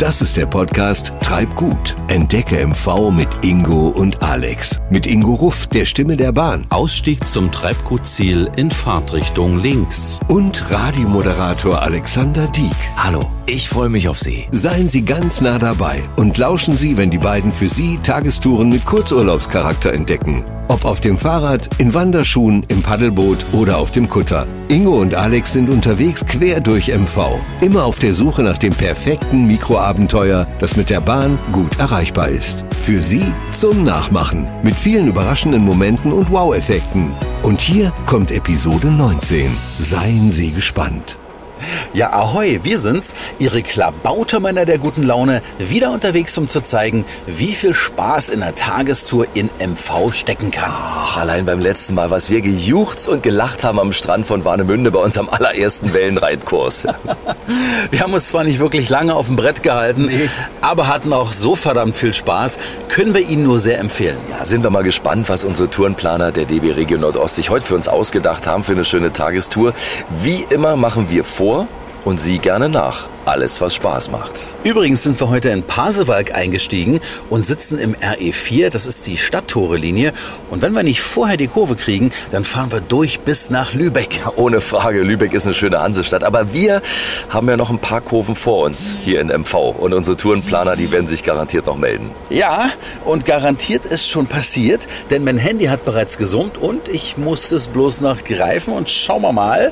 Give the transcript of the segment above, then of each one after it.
Das ist der Podcast Treibgut. Entdecke MV mit Ingo und Alex. Mit Ingo Ruff, der Stimme der Bahn. Ausstieg zum Treibgutziel in Fahrtrichtung links. Und Radiomoderator Alexander Dieck. Hallo, ich freue mich auf Sie. Seien Sie ganz nah dabei und lauschen Sie, wenn die beiden für Sie Tagestouren mit Kurzurlaubscharakter entdecken. Ob auf dem Fahrrad, in Wanderschuhen, im Paddelboot oder auf dem Kutter. Ingo und Alex sind unterwegs quer durch MV. Immer auf der Suche nach dem perfekten Mikroabenteuer, das mit der Bahn gut erreichbar ist. Für Sie zum Nachmachen. Mit vielen überraschenden Momenten und Wow-Effekten. Und hier kommt Episode 19. Seien Sie gespannt. Ja, ahoi, wir sind's, Ihre Klabautermänner der guten Laune, wieder unterwegs, um zu zeigen, wie viel Spaß in der Tagestour in MV stecken kann. Ach, allein beim letzten Mal, was wir gejuchzt und gelacht haben am Strand von Warnemünde bei unserem allerersten Wellenreitkurs. Wir haben uns zwar nicht wirklich lange auf dem Brett gehalten, aber hatten auch so verdammt viel Spaß, können wir Ihnen nur sehr empfehlen. Ja, sind wir mal gespannt, was unsere Tourenplaner der DB Regio Nordost sich heute für uns ausgedacht haben für eine schöne Tagestour. Wie immer machen wir vor und Sie gerne nach. Alles, was Spaß macht. Übrigens sind wir heute in Pasewalk eingestiegen und sitzen im RE4, das ist die Stadttore-Linie. Und wenn wir nicht vorher die Kurve kriegen, dann fahren wir durch bis nach Lübeck. Ohne Frage, Lübeck ist eine schöne Hansestadt. Aber wir haben ja noch ein paar Kurven vor uns hier in MV. Und unsere Tourenplaner, die werden sich garantiert noch melden. Ja, und garantiert ist schon passiert, denn mein Handy hat bereits gesummt und ich musste es bloß noch greifen. Und schauen wir mal.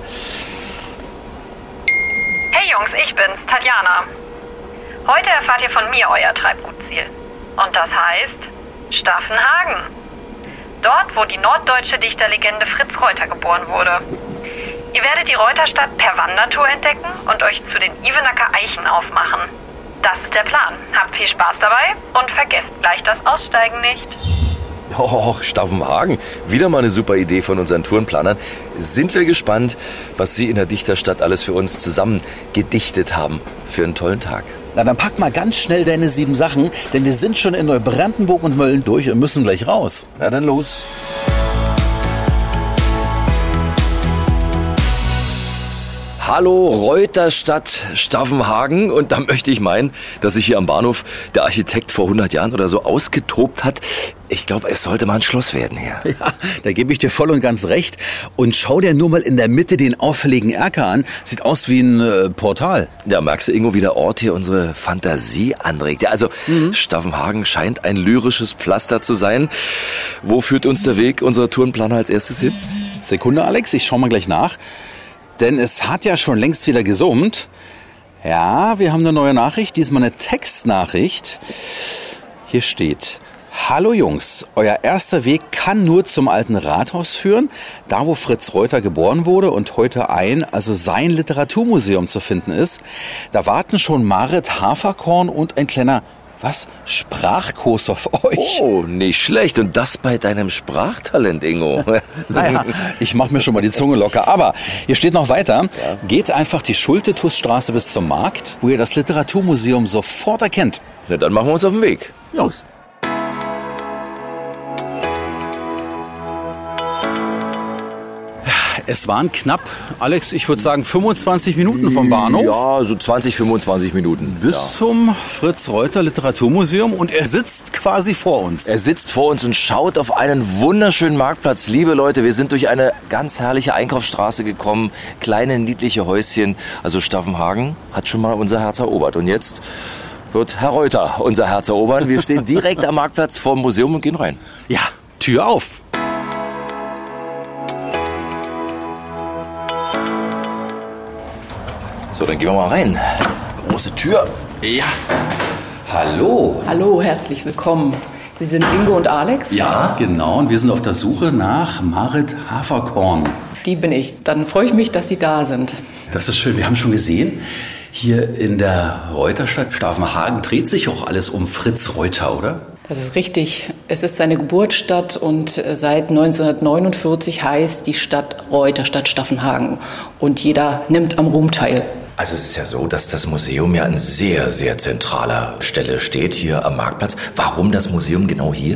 Hey Jungs, ich bin's, Tatjana. Heute erfahrt ihr von mir euer Treibgutziel. Und das heißt Staffenhagen. Dort, wo die norddeutsche Dichterlegende Fritz Reuter geboren wurde. Ihr werdet die Reuterstadt per Wandertour entdecken und euch zu den Ivenacker Eichen aufmachen. Das ist der Plan. Habt viel Spaß dabei und vergesst gleich das Aussteigen nicht. Oh, Staffenhagen. Wieder mal eine super Idee von unseren Tourenplanern. Sind wir gespannt, was Sie in der Dichterstadt alles für uns zusammen gedichtet haben für einen tollen Tag. Na, dann pack mal ganz schnell deine 7 Sachen, denn wir sind schon in Neubrandenburg und Mölln durch und müssen gleich raus. Na dann los. Hallo Reuterstadt Staffenhagen, und da möchte ich meinen, dass sich hier am Bahnhof der Architekt vor 100 Jahren oder so ausgetobt hat. Ich glaube, es sollte mal ein Schloss werden hier. Ja, da gebe ich dir voll und ganz recht. Und schau dir nur mal in der Mitte den auffälligen Erker an. Sieht aus wie ein Portal. Ja, merkst du, Ingo, wie der Ort hier unsere Fantasie anregt. Ja, also Staffenhagen scheint ein lyrisches Pflaster zu sein. Wo führt uns der Weg unserer Tourenplaner als erstes hin? Sekunde, Alex, ich schau mal gleich nach. Denn es hat ja schon längst wieder gesummt. Ja, wir haben eine neue Nachricht, diesmal eine Textnachricht. Hier steht: Hallo Jungs, euer erster Weg kann nur zum alten Rathaus führen, da wo Fritz Reuter geboren wurde und heute sein Literaturmuseum zu finden ist. Da warten schon Marit Haferkorn und ein kleiner Sprachkurs auf euch. Oh, nicht schlecht. Und das bei deinem Sprachtalent, Ingo. Naja, ich mache mir schon mal die Zunge locker. Aber hier steht noch weiter. Ja. Geht einfach die Schulte-Tuss-Straße bis zum Markt, wo ihr das Literaturmuseum sofort erkennt. Na, dann machen wir uns auf den Weg. Los. Es waren knapp, Alex, ich würde sagen 25 Minuten vom Bahnhof. Ja, so 20, 25 Minuten. Bis zum Fritz Reuter Literaturmuseum, und er sitzt quasi vor uns. Er sitzt vor uns und schaut auf einen wunderschönen Marktplatz. Liebe Leute, wir sind durch eine ganz herrliche Einkaufsstraße gekommen. Kleine, niedliche Häuschen. Also Staffenhagen hat schon mal unser Herz erobert. Und jetzt wird Herr Reuter unser Herz erobern. Wir stehen direkt am Marktplatz vor dem Museum und gehen rein. Ja, Tür auf. So, dann gehen wir mal rein. Große Tür. Ja. Hallo. Hallo, herzlich willkommen. Sie sind Ingo und Alex? Ja, genau. Und wir sind auf der Suche nach Marit Haferkorn. Die bin ich. Dann freue ich mich, dass Sie da sind. Das ist schön. Wir haben schon gesehen, hier in der Reuterstadt Staffenhagen dreht sich auch alles um Fritz Reuter, oder? Das ist richtig. Es ist seine Geburtsstadt und seit 1949 heißt die Stadt Reuterstadt Staffenhagen. Und jeder nimmt am Ruhm teil. Also es ist ja so, dass das Museum ja an sehr, sehr zentraler Stelle steht, hier am Marktplatz. Warum das Museum genau hier?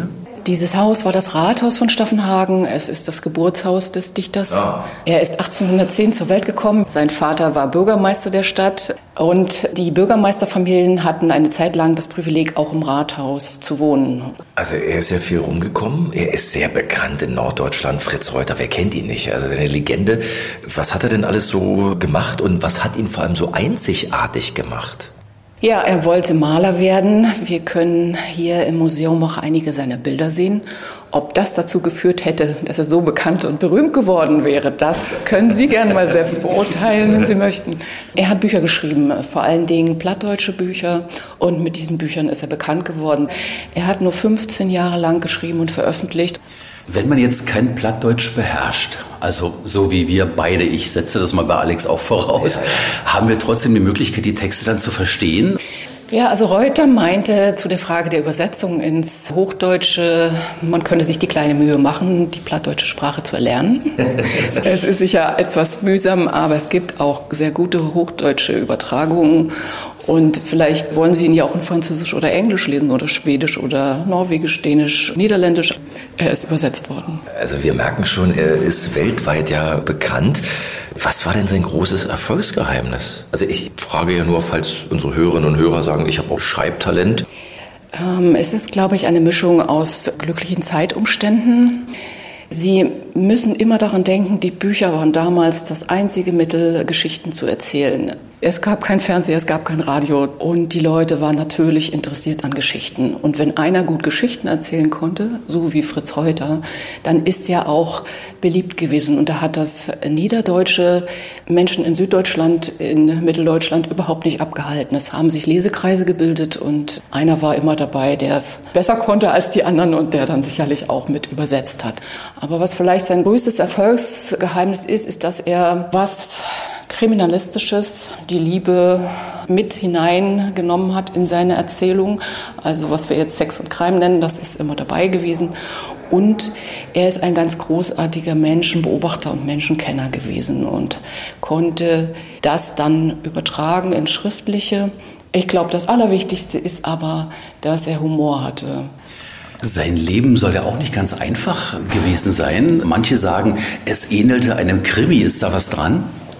Dieses Haus war das Rathaus von Staffenhagen. Es ist das Geburtshaus des Dichters. Ja. Er ist 1810 zur Welt gekommen. Sein Vater war Bürgermeister der Stadt. Und die Bürgermeisterfamilien hatten eine Zeit lang das Privileg, auch im Rathaus zu wohnen. Also er ist ja viel rumgekommen. Er ist sehr bekannt in Norddeutschland. Fritz Reuter, wer kennt ihn nicht? Also eine Legende. Was hat er denn alles so gemacht und was hat ihn vor allem so einzigartig gemacht? Ja, er wollte Maler werden. Wir können hier im Museum auch einige seiner Bilder sehen. Ob das dazu geführt hätte, dass er so bekannt und berühmt geworden wäre, das können Sie gerne mal selbst beurteilen, wenn Sie möchten. Er hat Bücher geschrieben, vor allen Dingen plattdeutsche Bücher, und mit diesen Büchern ist er bekannt geworden. Er hat nur 15 Jahre lang geschrieben und veröffentlicht. Wenn man jetzt kein Plattdeutsch beherrscht, also so wie wir beide, ich setze das mal bei Alex auch voraus, haben wir trotzdem die Möglichkeit, die Texte dann zu verstehen? Ja, also Reuter meinte zu der Frage der Übersetzung ins Hochdeutsche, man könne sich die kleine Mühe machen, die plattdeutsche Sprache zu erlernen. Es ist sicher etwas mühsam, aber es gibt auch sehr gute hochdeutsche Übertragungen. Und vielleicht wollen Sie ihn ja auch in Französisch oder Englisch lesen oder Schwedisch oder Norwegisch, Dänisch, Niederländisch. Er ist übersetzt worden. Also wir merken schon, er ist weltweit ja bekannt. Was war denn sein großes Erfolgsgeheimnis? Also ich frage ja nur, falls unsere Hörerinnen und Hörer sagen, ich habe auch Schreibtalent. Es ist, glaube ich, eine Mischung aus glücklichen Zeitumständen. Sie müssen immer daran denken, die Bücher waren damals das einzige Mittel, Geschichten zu erzählen. Es gab kein Fernseher, es gab kein Radio und die Leute waren natürlich interessiert an Geschichten. Und wenn einer gut Geschichten erzählen konnte, so wie Fritz Reuter, dann ist er auch beliebt gewesen. Und da hat das niederdeutsche Menschen in Süddeutschland, in Mitteldeutschland überhaupt nicht abgehalten. Es haben sich Lesekreise gebildet und einer war immer dabei, der es besser konnte als die anderen und der dann sicherlich auch mit übersetzt hat. Aber was vielleicht sein größtes Erfolgsgeheimnis ist, dass er was Kriminalistisches, die Liebe mit hineingenommen hat in seine Erzählung. Also was wir jetzt Sex und Crime nennen, das ist immer dabei gewesen. Und er ist ein ganz großartiger Menschenbeobachter und Menschenkenner gewesen und konnte das dann übertragen ins Schriftliche. Ich glaube, das Allerwichtigste ist aber, dass er Humor hatte. Sein Leben soll ja auch nicht ganz einfach gewesen sein. Manche sagen, es ähnelte einem Krimi. Ist da was dran?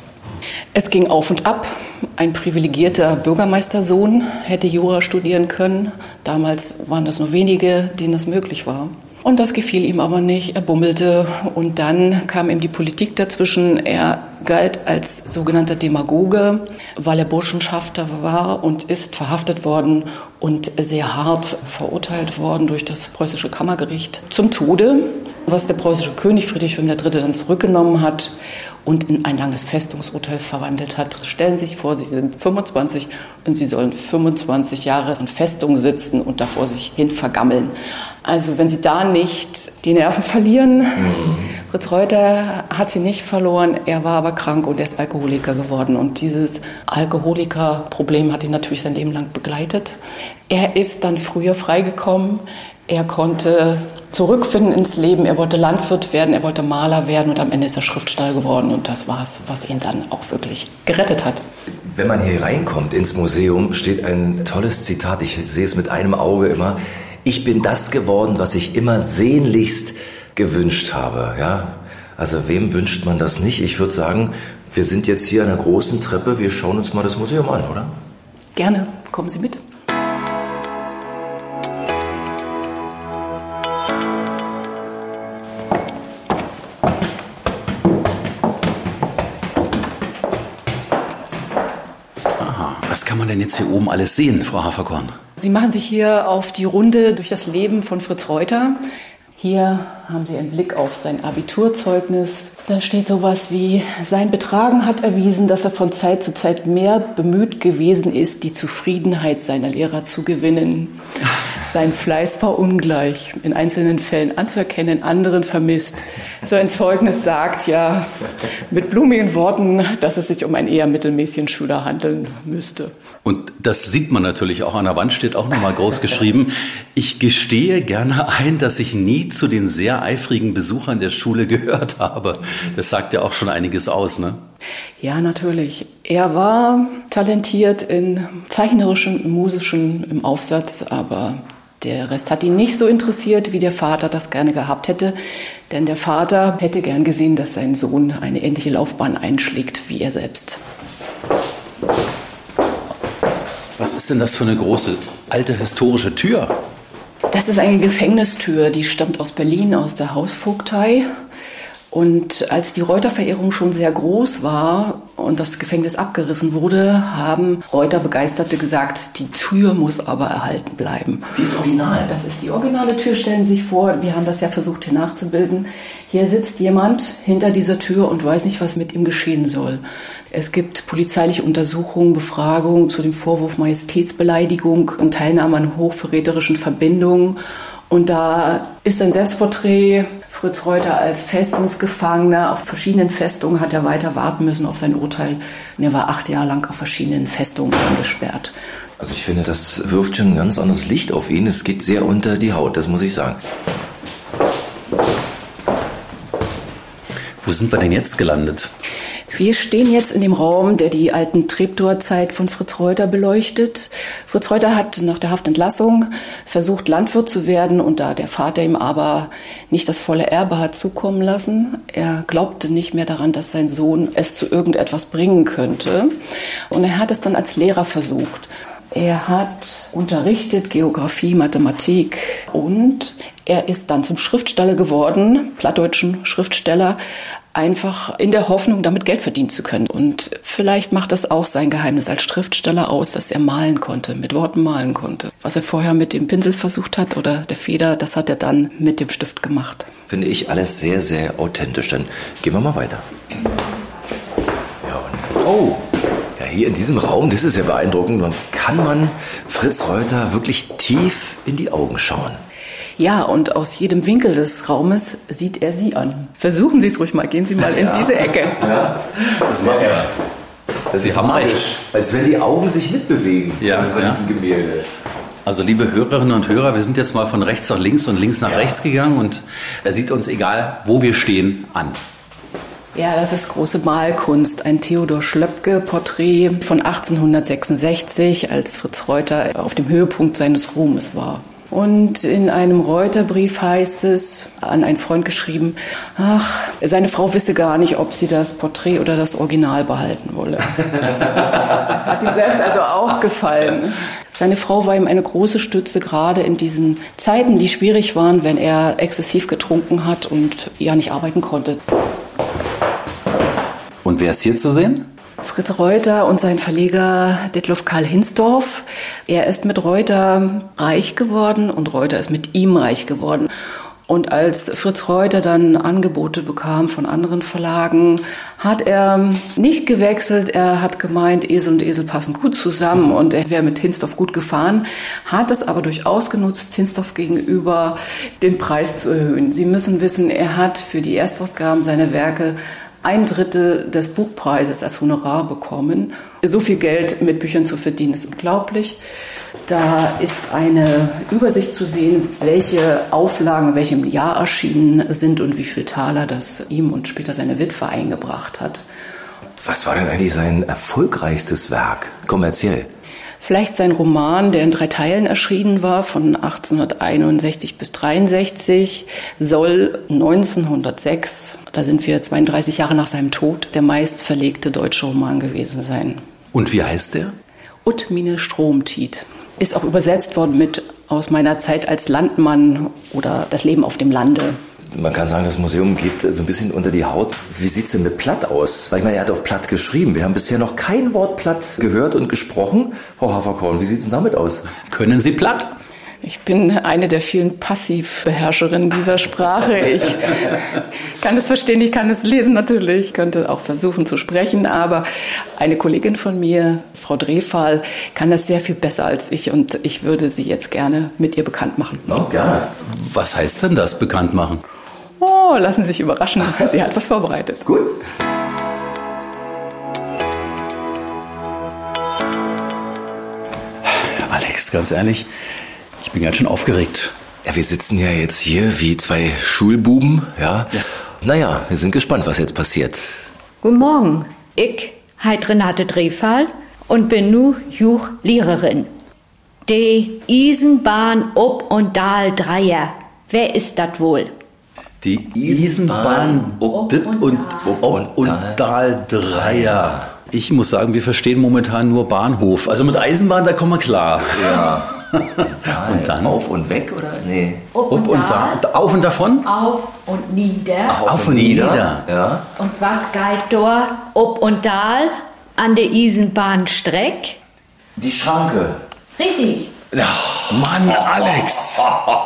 Es ging auf und ab. Ein privilegierter Bürgermeistersohn hätte Jura studieren können. Damals waren das nur wenige, denen das möglich war. Und das gefiel ihm aber nicht. Er bummelte und dann kam ihm die Politik dazwischen. Er galt als sogenannter Demagoge, weil er Burschenschafter war und ist verhaftet worden und sehr hart verurteilt worden durch das preußische Kammergericht zum Tode, was der preußische König Friedrich III. Dann zurückgenommen hat und in ein langes Festungsurteil verwandelt hat. Stellen Sie sich vor, Sie sind 25 und Sie sollen 25 Jahre in Festung sitzen und da vor sich hin vergammeln. Also wenn Sie da nicht die Nerven verlieren, Fritz Reuter hat sie nicht verloren, er war aber krank und er ist Alkoholiker geworden. Und dieses Alkoholikerproblem hat ihn natürlich sein Leben lang begleitet. Er ist dann früher freigekommen, er konnte zurückfinden ins Leben, er wollte Landwirt werden, er wollte Maler werden und am Ende ist er Schriftsteller geworden. Und das war es, was ihn dann auch wirklich gerettet hat. Wenn man hier reinkommt ins Museum, steht ein tolles Zitat, ich sehe es mit einem Auge immer: Ich bin das geworden, was ich immer sehnlichst gewünscht habe. Ja? Also wem wünscht man das nicht? Ich würde sagen, wir sind jetzt hier an der großen Treppe, wir schauen uns mal das Museum an, oder? Gerne, kommen Sie mit. Was kann man denn jetzt hier oben alles sehen, Frau Haferkorn? Sie machen sich hier auf die Runde durch das Leben von Fritz Reuter. Hier haben Sie einen Blick auf sein Abiturzeugnis. Da steht sowas wie: Sein Betragen hat erwiesen, dass er von Zeit zu Zeit mehr bemüht gewesen ist, die Zufriedenheit seiner Lehrer zu gewinnen. Sein Fleiß war ungleich, in einzelnen Fällen anzuerkennen, in anderen vermisst. So ein Zeugnis sagt ja mit blumigen Worten, dass es sich um einen eher mittelmäßigen Schüler handeln müsste. Und das sieht man natürlich auch an der Wand, steht auch nochmal groß geschrieben: Ich gestehe gerne ein, dass ich nie zu den sehr eifrigen Besuchern der Schule gehört habe. Das sagt ja auch schon einiges aus, ne? Ja, natürlich. Er war talentiert in zeichnerischen, im musischen, im Aufsatz, aber Der Rest hat ihn nicht so interessiert, wie der Vater das gerne gehabt hätte. Denn der Vater hätte gern gesehen, dass sein Sohn eine ähnliche Laufbahn einschlägt wie er selbst. Was ist denn das für eine große, alte, historische Tür? Das ist eine Gefängnistür, die stammt aus Berlin, aus der Hausvogtei. Und als die Reuter-Verehrung schon sehr groß war und das Gefängnis abgerissen wurde, haben Reuter-Begeisterte gesagt, die Tür muss aber erhalten bleiben. Die ist original. Das ist die originale Tür, stellen Sie sich vor. Wir haben das ja versucht hier nachzubilden. Hier sitzt jemand hinter dieser Tür und weiß nicht, was mit ihm geschehen soll. Es gibt polizeiliche Untersuchungen, Befragungen zu dem Vorwurf Majestätsbeleidigung und Teilnahme an hochverräterischen Verbindungen. Und da ist ein Selbstporträt. Fritz Reuter als Festungsgefangener. Auf verschiedenen Festungen hat er weiter warten müssen auf sein Urteil. Und er war 8 Jahre lang auf verschiedenen Festungen eingesperrt. Also ich finde, das wirft schon ein ganz anderes Licht auf ihn. Es geht sehr unter die Haut, das muss ich sagen. Wo sind wir denn jetzt gelandet? Wir stehen jetzt in dem Raum, der die alten Treptower-Zeit von Fritz Reuter beleuchtet. Fritz Reuter hat nach der Haftentlassung versucht, Landwirt zu werden, und da der Vater ihm aber nicht das volle Erbe hat zukommen lassen, er glaubte nicht mehr daran, dass sein Sohn es zu irgendetwas bringen könnte. Und er hat es dann als Lehrer versucht. Er hat unterrichtet Geografie, Mathematik und er ist dann zum Schriftsteller geworden, plattdeutschen Schriftsteller, einfach in der Hoffnung, damit Geld verdienen zu können. Und vielleicht macht das auch sein Geheimnis als Schriftsteller aus, dass er malen konnte, mit Worten malen konnte. Was er vorher mit dem Pinsel versucht hat oder der Feder, das hat er dann mit dem Stift gemacht. Finde ich alles sehr, sehr authentisch. Dann gehen wir mal weiter. Ja, und ja, hier in diesem Raum, das ist ja beeindruckend, kann man Fritz Reuter wirklich tief in die Augen schauen. Ja, und aus jedem Winkel des Raumes sieht er Sie an. Versuchen Sie es ruhig mal, gehen Sie mal in diese Ecke. Ja, das machen wir. Sie haben recht. Als wenn die Augen sich mitbewegen bei diesem Gemälde. Also liebe Hörerinnen und Hörer, wir sind jetzt mal von rechts nach links und links nach rechts gegangen und er sieht uns, egal wo wir stehen, an. Ja, das ist große Malkunst. Ein Theodor Schlöpke-Porträt von 1866, als Fritz Reuter auf dem Höhepunkt seines Ruhmes war. Und in einem Reuter-Brief heißt es, an einen Freund geschrieben, seine Frau wisse gar nicht, ob sie das Porträt oder das Original behalten wolle. Das hat ihm selbst also auch gefallen. Seine Frau war ihm eine große Stütze, gerade in diesen Zeiten, die schwierig waren, wenn er exzessiv getrunken hat und ja nicht arbeiten konnte. Und wer ist hier zu sehen? Fritz Reuter und sein Verleger Detlev Karl Hinsdorf. Er ist mit Reuter reich geworden und Reuter ist mit ihm reich geworden. Und als Fritz Reuter dann Angebote bekam von anderen Verlagen, hat er nicht gewechselt. Er hat gemeint, Esel und Esel passen gut zusammen und er wäre mit Hinsdorf gut gefahren, hat es aber durchaus genutzt, Hinsdorf gegenüber den Preis zu erhöhen. Sie müssen wissen, er hat für die Erstausgaben seiner Werke 1/3 des Buchpreises als Honorar bekommen. So viel Geld mit Büchern zu verdienen, ist unglaublich. Da ist eine Übersicht zu sehen, welche Auflagen in welchem Jahr erschienen sind und wie viel Taler das ihm und später seine Witwe eingebracht hat. Was war denn eigentlich sein erfolgreichstes Werk, kommerziell? Vielleicht sein Roman, der in 3 Teilen erschienen war, von 1861 bis 1863, soll 1906, da sind wir 32 Jahre nach seinem Tod, der meistverlegte deutsche Roman gewesen sein. Und wie heißt der? Ut mine Stromtiet. Ist auch übersetzt worden mit Aus meiner Zeit als Landmann oder Das Leben auf dem Lande. Man kann sagen, das Museum geht so ein bisschen unter die Haut. Wie sieht es denn mit Platt aus? Weil ich meine, er hat auf Platt geschrieben. Wir haben bisher noch kein Wort Platt gehört und gesprochen. Frau Haferkorn, wie sieht es denn damit aus? Können Sie Platt? Ich bin eine der vielen Passivbeherrscherinnen dieser Sprache. Ich kann es verstehen, ich kann es lesen natürlich, ich könnte auch versuchen zu sprechen, aber eine Kollegin von mir, Frau Drehfahl, kann das sehr viel besser als ich und ich würde sie jetzt gerne mit ihr bekannt machen. Oh, gerne. Was heißt denn das, bekannt machen? Oh, lassen Sie sich überraschen, sie hat was vorbereitet. Gut. Alex, ganz ehrlich, ich bin ganz schön aufgeregt. Ja, wir sitzen ja jetzt hier wie 2 Schulbuben, ja. Naja, wir sind gespannt, was jetzt passiert. Guten Morgen. Ich heiße Renate Drehfahl und bin nu Jugendlehrerin. Die Eisenbahn ob und Dal Dreier. Wer ist das wohl? Die Eisenbahn ob und Dal Dreier. Ich muss sagen, wir verstehen momentan nur Bahnhof. Also mit Eisenbahn, da kommen wir klar. Ja. Und dann? Auf und weg, oder? Nee. Ob und da. Auf und davon? Auf und nieder. Ach, Auf und nieder. Ja. Und was geht da ob und Dal an der Eisenbahnstreck? Die Schranke. Richtig. Mann, Alex.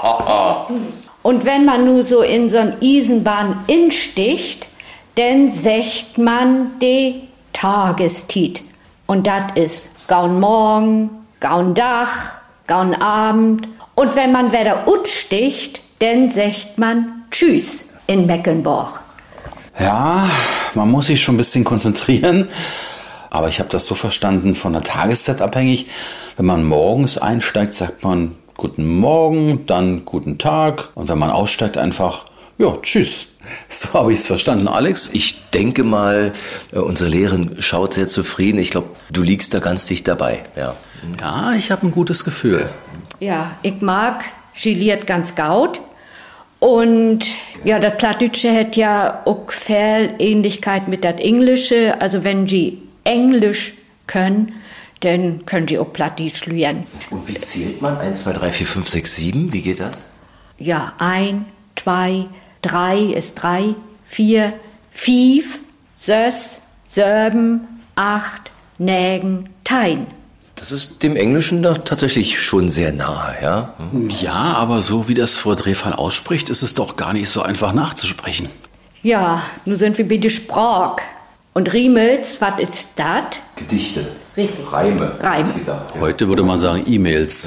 Und wenn man nur so in so eine Eisenbahn insticht, dann sagt man die Tagestiet. Und das ist gaun Morgen, gaun Dach, gaun Abend. Und wenn man wieder utsticht, dann sagt man Tschüss in Mecklenburg. Ja, man muss sich schon ein bisschen konzentrieren. Aber ich habe das so verstanden, von der Tageszeit abhängig. Wenn man morgens einsteigt, sagt man Guten Morgen, dann Guten Tag. Und wenn man aussteigt, einfach, ja, Tschüss. So habe ich es verstanden. Alex? Ich denke mal, unsere Lehrerin schaut sehr zufrieden. Ich glaube, du liegst da ganz dicht dabei. Ja, Ja, ich habe ein gutes Gefühl. Ja, ich mag, giliert ganz gaut. Und ja, das Plattdütsche hat ja auch viel Ähnlichkeit mit das Englische. Also wenn sie Englisch können, dann können sie auch Plattdeutsch lernen. Und wie zählt man? 1, 2, 3, 4, 5, 6, 7? Wie geht das? Ja, 1, 2, 3 ist 3, 4, 5, 6, 7, 8, 9, 10. Das ist dem Englischen doch tatsächlich schon sehr nahe, ja? Ja, aber so wie das Frau Drehfall ausspricht, ist es doch gar nicht so einfach nachzusprechen. Ja, nun sind wir bei der Sprache. Und Riemels, was ist das? Gedichte. Richtig. Reime. Reime. hab ich gedacht, ja. Heute würde man sagen E-Mails.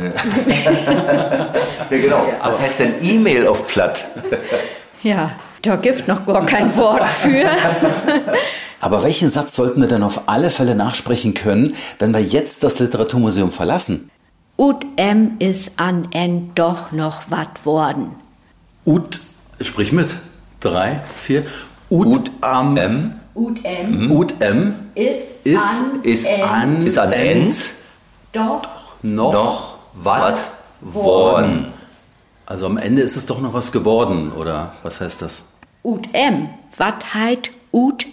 Ja, genau. Was heißt denn E-Mail auf Platt? Ja, da gibt noch gar kein Wort für. Aber welchen Satz sollten wir denn auf alle Fälle nachsprechen können, wenn wir jetzt das Literaturmuseum verlassen? Ut ist an end doch noch wat worden. Ut, sprich mit. 3, 4. Ut am Ut Ut ist Ist an end doch noch wat worden. Also am Ende ist es doch noch was geworden, oder was heißt das? Ut wat heit Ut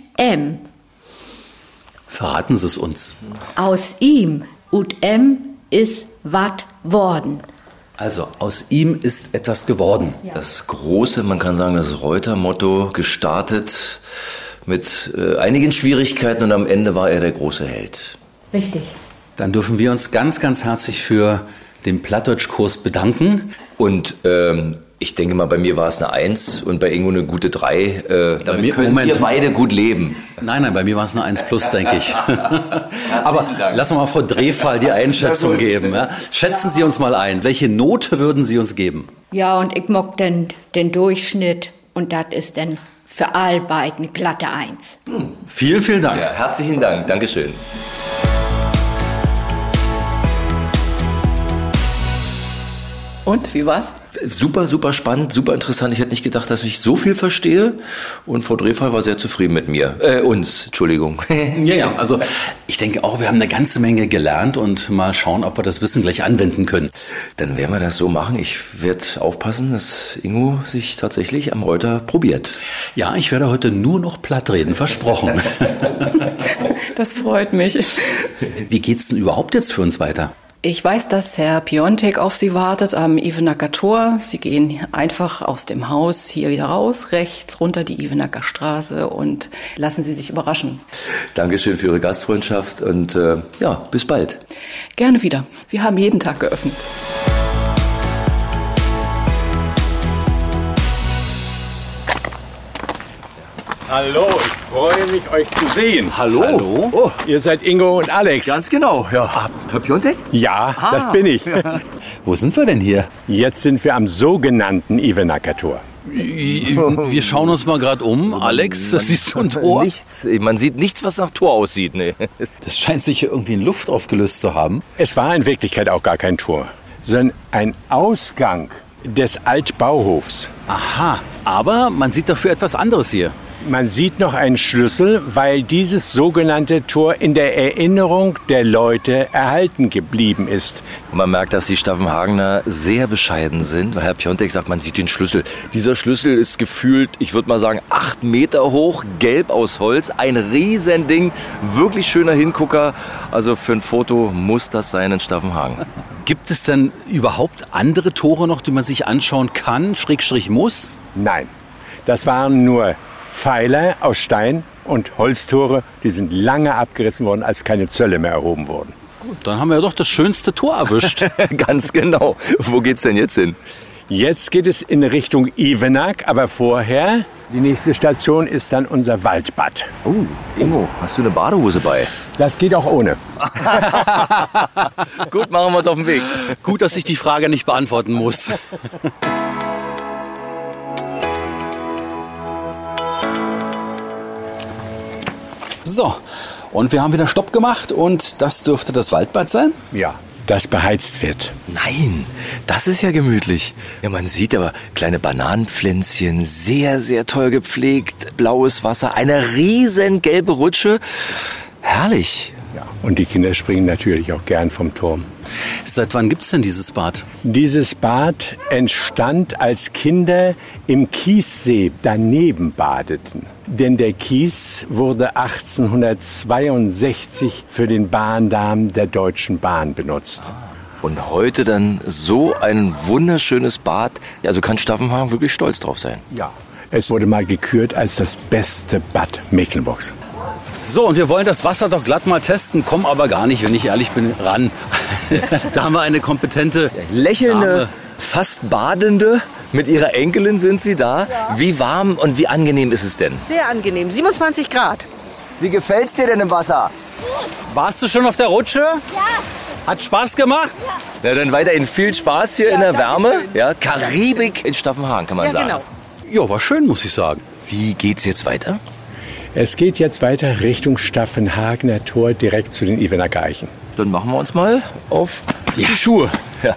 Verraten Sie es uns. Aus ihm Ut ist wat worden. Also aus ihm ist etwas geworden. Das große, man kann sagen, das Reuter-Motto, gestartet mit einigen Schwierigkeiten und am Ende war er der große Held. Richtig. Dann dürfen wir uns ganz, ganz herzlich für den Plattdeutschkurs bedanken. Und ich denke mal, bei mir war es eine 1 und bei Ingo eine gute 3. Damit mir- können Moment. wir beide gut leben. Nein, bei mir war es eine 1 plus, denke ich. Aber lassen wir mal Frau Drehfall die Einschätzung geben. Ja? Schätzen Sie uns mal ein. Welche Note würden Sie uns geben? Ja, und ich mag den Durchschnitt und das ist dann für all beiden eine glatte 1. Vielen, vielen Dank. Ja, herzlichen Dank. Dankeschön. Und, wie war's? Super, super spannend, super interessant. Ich hätte nicht gedacht, dass ich so viel verstehe. Und Frau Drehfall war sehr zufrieden mit mir. Entschuldigung. Ja, also ich denke auch, wir haben eine ganze Menge gelernt und mal schauen, ob wir das Wissen gleich anwenden können. Dann werden wir das so machen. Ich werde aufpassen, dass Ingo sich tatsächlich am Reuter probiert. Ja, ich werde heute nur noch platt reden, versprochen. Das freut mich. Wie geht's denn überhaupt jetzt für uns weiter? Ich weiß, dass Herr Piontek auf Sie wartet am Ivenacker Tor. Sie gehen einfach aus dem Haus hier wieder raus, rechts runter die Ivenacker Straße und lassen Sie sich überraschen. Dankeschön für Ihre Gastfreundschaft und ja, bis bald. Gerne wieder. Wir haben jeden Tag geöffnet. Hallo, ich freue mich, euch zu sehen. Hallo? Oh, ihr seid Ingo und Alex. Ganz genau, ja. Herr Piontek? Ja, das bin ich. Wo sind wir denn hier? Jetzt sind wir am sogenannten Ivenacker Tor. Wir schauen uns mal gerade um. Alex, das siehst du ein Tor? Nichts. Man sieht nichts, was nach Tor aussieht. Nee. Das scheint sich hier irgendwie in Luft aufgelöst zu haben. Es war in Wirklichkeit auch gar kein Tor, sondern ein Ausgang des Altbauhofs. Aha, aber man sieht dafür etwas anderes hier. Man sieht noch einen Schlüssel, weil dieses sogenannte Tor in der Erinnerung der Leute erhalten geblieben ist. Und man merkt, dass die Staffenhagener sehr bescheiden sind, weil Herr Piontek sagt, man sieht den Schlüssel. Dieser Schlüssel ist gefühlt, ich würde mal sagen, 8 Meter hoch, gelb aus Holz, ein Riesending, wirklich schöner Hingucker. Also für ein Foto muss das sein in Staffenhagen. Gibt es denn überhaupt andere Tore noch, die man sich anschauen kann, / muss? Nein, das waren nur Pfeiler aus Stein und Holztore, die sind lange abgerissen worden, als keine Zölle mehr erhoben wurden. Gut, dann haben wir ja doch das schönste Tor erwischt. Ganz genau. Wo geht's denn jetzt hin? Jetzt geht es in Richtung Evenack, aber vorher, die nächste Station ist dann unser Waldbad. Oh, Ingo, hast du eine Badehose bei? Das geht auch ohne. Gut, machen wir uns auf den Weg. Gut, dass ich die Frage nicht beantworten muss. So, und wir haben wieder Stopp gemacht und das dürfte das Waldbad sein? Ja, das beheizt wird. Nein, das ist ja gemütlich. Ja, man sieht aber kleine Bananenpflänzchen, sehr, sehr toll gepflegt, blaues Wasser, eine riesen gelbe Rutsche. Herrlich. Ja, und die Kinder springen natürlich auch gern vom Turm. Seit wann gibt es denn dieses Bad? Dieses Bad entstand, als Kinder im Kiessee daneben badeten. Denn der Kies wurde 1862 für den Bahndamm der Deutschen Bahn benutzt. Und heute dann so ein wunderschönes Bad. Also kann Staffenhagen wirklich stolz drauf sein. Ja. Es wurde mal gekürt als das beste Bad Mecklenburgs. So, und wir wollen das Wasser doch glatt mal testen, kommen aber gar nicht, wenn ich ehrlich bin, ran. Da haben wir eine kompetente, lächelnde, Dame. fast badende. Mit ihrer Enkelin sind Sie da. Ja. Wie warm und wie angenehm ist es denn? Sehr angenehm, 27 Grad. Wie gefällt's dir denn im Wasser? Warst du schon auf der Rutsche? Ja. Hat Spaß gemacht? Ja, dann weiterhin viel Spaß hier in der Wärme. Ja, Karibik in Staffenhagen, kann man sagen. Genau. Ja, war schön, muss ich sagen. Wie geht's jetzt weiter? Es geht jetzt weiter Richtung Staffenhagener Tor, direkt zu den Evenacker Eichen. Dann machen wir uns mal auf die Schuhe. Ja.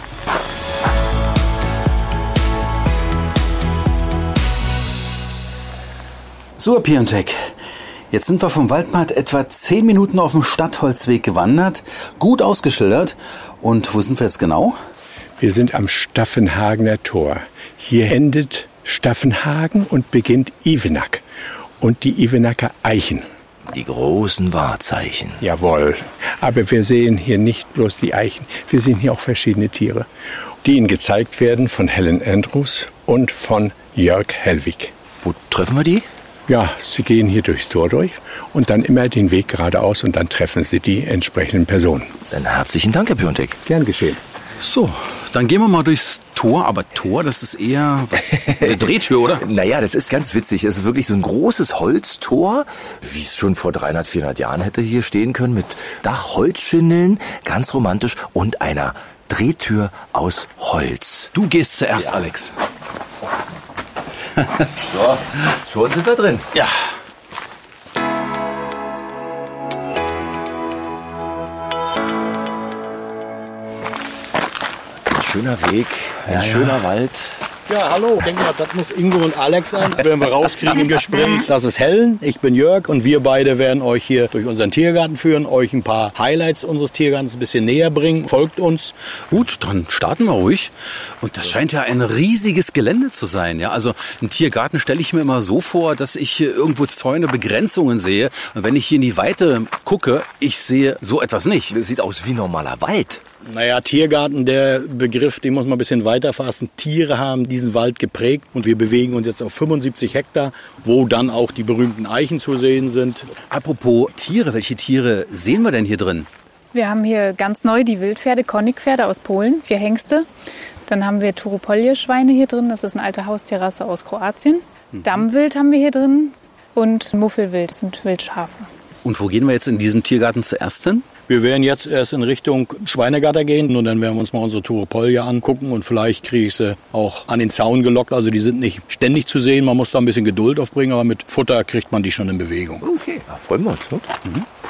So, Herr Piontek, jetzt sind wir vom Waldbad etwa 10 Minuten auf dem Stadtholzweg gewandert, gut ausgeschildert. Und wo sind wir jetzt genau? Wir sind am Staffenhagener Tor. Hier endet Staffenhagen und beginnt Evenack und die Evenacker Eichen. Die großen Wahrzeichen. Jawohl. Aber wir sehen hier nicht bloß die Eichen, wir sehen hier auch verschiedene Tiere, die Ihnen gezeigt werden von Helen Andrews und von Jörg Hellwig. Wo treffen wir die? Ja, Sie gehen hier durchs Tor durch und dann immer den Weg geradeaus und dann treffen Sie die entsprechenden Personen. Dann herzlichen Dank, Herr Piontek. Gern geschehen. So, dann gehen wir mal durchs Tor. Aber Tor, das ist eher eine Drehtür, oder? Naja, das ist ganz witzig. Es ist wirklich so ein großes Holztor, wie es schon vor 300, 400 Jahren hätte hier stehen können, mit Dachholzschindeln, ganz romantisch und einer Drehtür aus Holz. Du gehst zuerst, Alex. So, schon sind wir drin. Ja. Ein schöner Weg, ein schöner Wald. Ja, hallo. Ich denke mal, das muss Ingo und Alex sein. Das werden wir rauskriegen im Gespräch. Das ist Helen, ich bin Jörg und wir beide werden euch hier durch unseren Tiergarten führen, euch ein paar Highlights unseres Tiergartens ein bisschen näher bringen. Folgt uns. Gut, dann starten wir ruhig. Und das scheint ja ein riesiges Gelände zu sein. Ja, also einen Tiergarten stelle ich mir immer so vor, dass ich hier irgendwo Zäune, Begrenzungen sehe. Und wenn ich hier in die Weite gucke, ich sehe so etwas nicht. Das sieht aus wie normaler Wald. Naja, Tiergarten, der Begriff, den muss man ein bisschen weiter fassen. Tiere haben diesen Wald geprägt und wir bewegen uns jetzt auf 75 Hektar, wo dann auch die berühmten Eichen zu sehen sind. Apropos Tiere, welche Tiere sehen wir denn hier drin? Wir haben hier ganz neu die Wildpferde, Konnikpferde aus Polen, 4 Hengste. Dann haben wir Turopolje-Schweine hier drin, das ist eine alte Haustierrasse aus Kroatien. Dammwild haben wir hier drin und Muffelwild, das sind Wildschafe. Und wo gehen wir jetzt in diesem Tiergarten zuerst hin? Wir werden jetzt erst in Richtung Schweinegatter gehen und dann werden wir uns mal unsere Turopolje angucken und vielleicht kriege ich sie auch an den Zaun gelockt. Also die sind nicht ständig zu sehen, man muss da ein bisschen Geduld aufbringen, aber mit Futter kriegt man die schon in Bewegung. Okay, da freuen wir uns. Ne?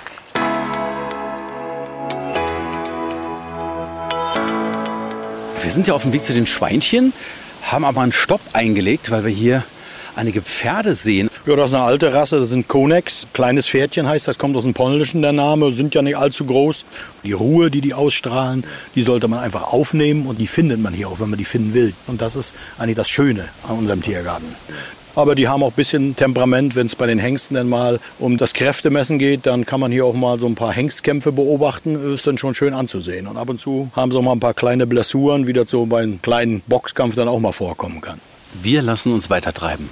Wir sind ja auf dem Weg zu den Schweinchen, haben aber einen Stopp eingelegt, weil wir hier einige Pferde sehen. Ja, das ist eine alte Rasse, das sind Konex. Kleines Pferdchen heißt das, kommt aus dem Polnischen der Name, sind ja nicht allzu groß. Die Ruhe, die ausstrahlen, die sollte man einfach aufnehmen und die findet man hier auch, wenn man die finden will. Und das ist eigentlich das Schöne an unserem Tiergarten. Aber die haben auch ein bisschen Temperament, wenn es bei den Hengsten dann mal um das Kräftemessen geht, dann kann man hier auch mal so ein paar Hengstkämpfe beobachten, ist dann schon schön anzusehen. Und ab und zu haben sie auch mal ein paar kleine Blessuren, wie das so bei einem kleinen Boxkampf dann auch mal vorkommen kann. Wir lassen uns weiter treiben.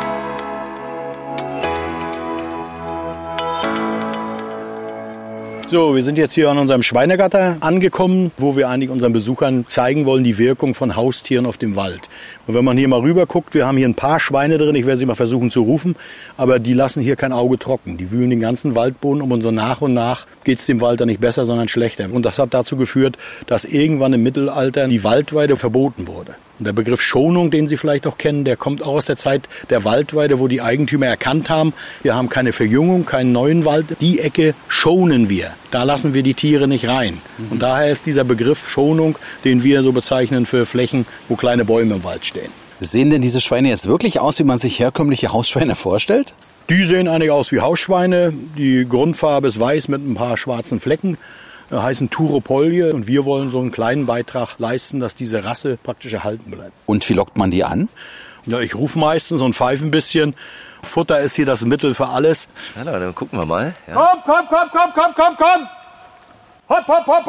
So, wir sind jetzt hier an unserem Schweinegatter angekommen, wo wir eigentlich unseren Besuchern zeigen wollen, die Wirkung von Haustieren auf dem Wald. Und wenn man hier mal rüber guckt, wir haben hier ein paar Schweine drin, ich werde sie mal versuchen zu rufen, aber die lassen hier kein Auge trocken. Die wühlen den ganzen Waldboden und so nach und nach geht es dem Wald dann nicht besser, sondern schlechter. Und das hat dazu geführt, dass irgendwann im Mittelalter die Waldweide verboten wurde. Und der Begriff Schonung, den Sie vielleicht auch kennen, der kommt auch aus der Zeit der Waldweide, wo die Eigentümer erkannt haben, wir haben keine Verjüngung, keinen neuen Wald. Die Ecke schonen wir. Da lassen wir die Tiere nicht rein. Und daher ist dieser Begriff Schonung, den wir so bezeichnen für Flächen, wo kleine Bäume im Wald stehen. Sehen denn diese Schweine jetzt wirklich aus, wie man sich herkömmliche Hausschweine vorstellt? Die sehen eigentlich aus wie Hausschweine. Die Grundfarbe ist weiß mit ein paar schwarzen Flecken. Heißen Turopolje und wir wollen so einen kleinen Beitrag leisten, dass diese Rasse praktisch erhalten bleibt. Und wie lockt man die an? Ja, ich rufe meistens und pfeife ein bisschen. Futter ist hier das Mittel für alles. Ja, dann gucken wir mal. Ja. Komm! Hopp!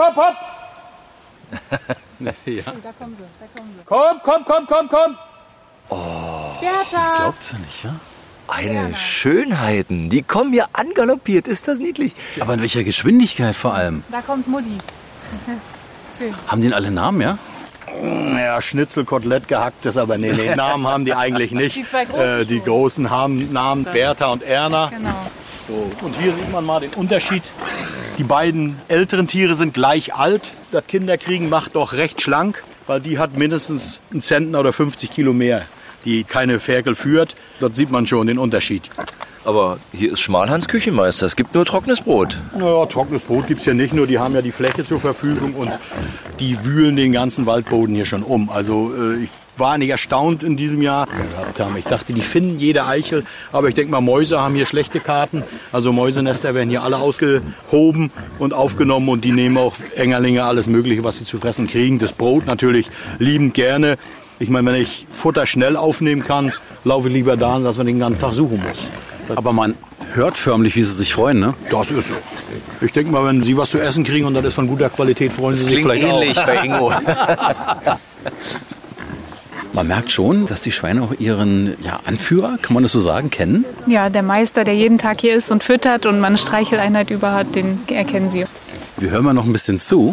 Ja. Da kommen sie. Komm! Bertha! Glaubt's ja nicht, ja? Eine Schönheiten. Die kommen hier angaloppiert. Ist das niedlich? Aber in welcher Geschwindigkeit vor allem? Da kommt Mutti. Schön. Haben die denn alle Namen, ja? Ja, Schnitzel, Kotelett, gehacktes, aber nee, Namen haben die eigentlich nicht. Die zwei Großen die Großen haben Namen, Bertha und Erna. Genau. So. Und hier sieht man mal den Unterschied. Die beiden älteren Tiere sind gleich alt. Das Kinderkriegen macht doch recht schlank, weil die hat mindestens einen Zentner oder 50 Kilo mehr, die keine Ferkel führt. Dort sieht man schon den Unterschied. Aber hier ist Schmalhans Küchenmeister. Es gibt nur trockenes Brot. Naja, trockenes Brot gibt es ja nicht nur. Die haben ja die Fläche zur Verfügung und die wühlen den ganzen Waldboden hier schon um. Also ich war nicht erstaunt in diesem Jahr. Ich dachte, die finden jede Eichel. Aber ich denke mal, Mäuse haben hier schlechte Karten. Also Mäusenester werden hier alle ausgehoben und aufgenommen. Und die nehmen auch Engerlinge, alles Mögliche, was sie zu fressen kriegen. Das Brot natürlich liebend gerne. Ich meine, wenn ich Futter schnell aufnehmen kann, laufe ich lieber da, als wenn ich den ganzen Tag suchen muss. Aber man hört förmlich, wie sie sich freuen, ne? Das ist so. Ich denke mal, wenn Sie was zu essen kriegen und das ist von guter Qualität, freuen Sie sich vielleicht ähnlich auch. Bei Ingo. Man merkt schon, dass die Schweine auch ihren Anführer, kann man das so sagen, kennen? Ja, der Meister, der jeden Tag hier ist und füttert und man eine Streicheleinheit über hat, den erkennen Sie. Wir hören mal noch ein bisschen zu.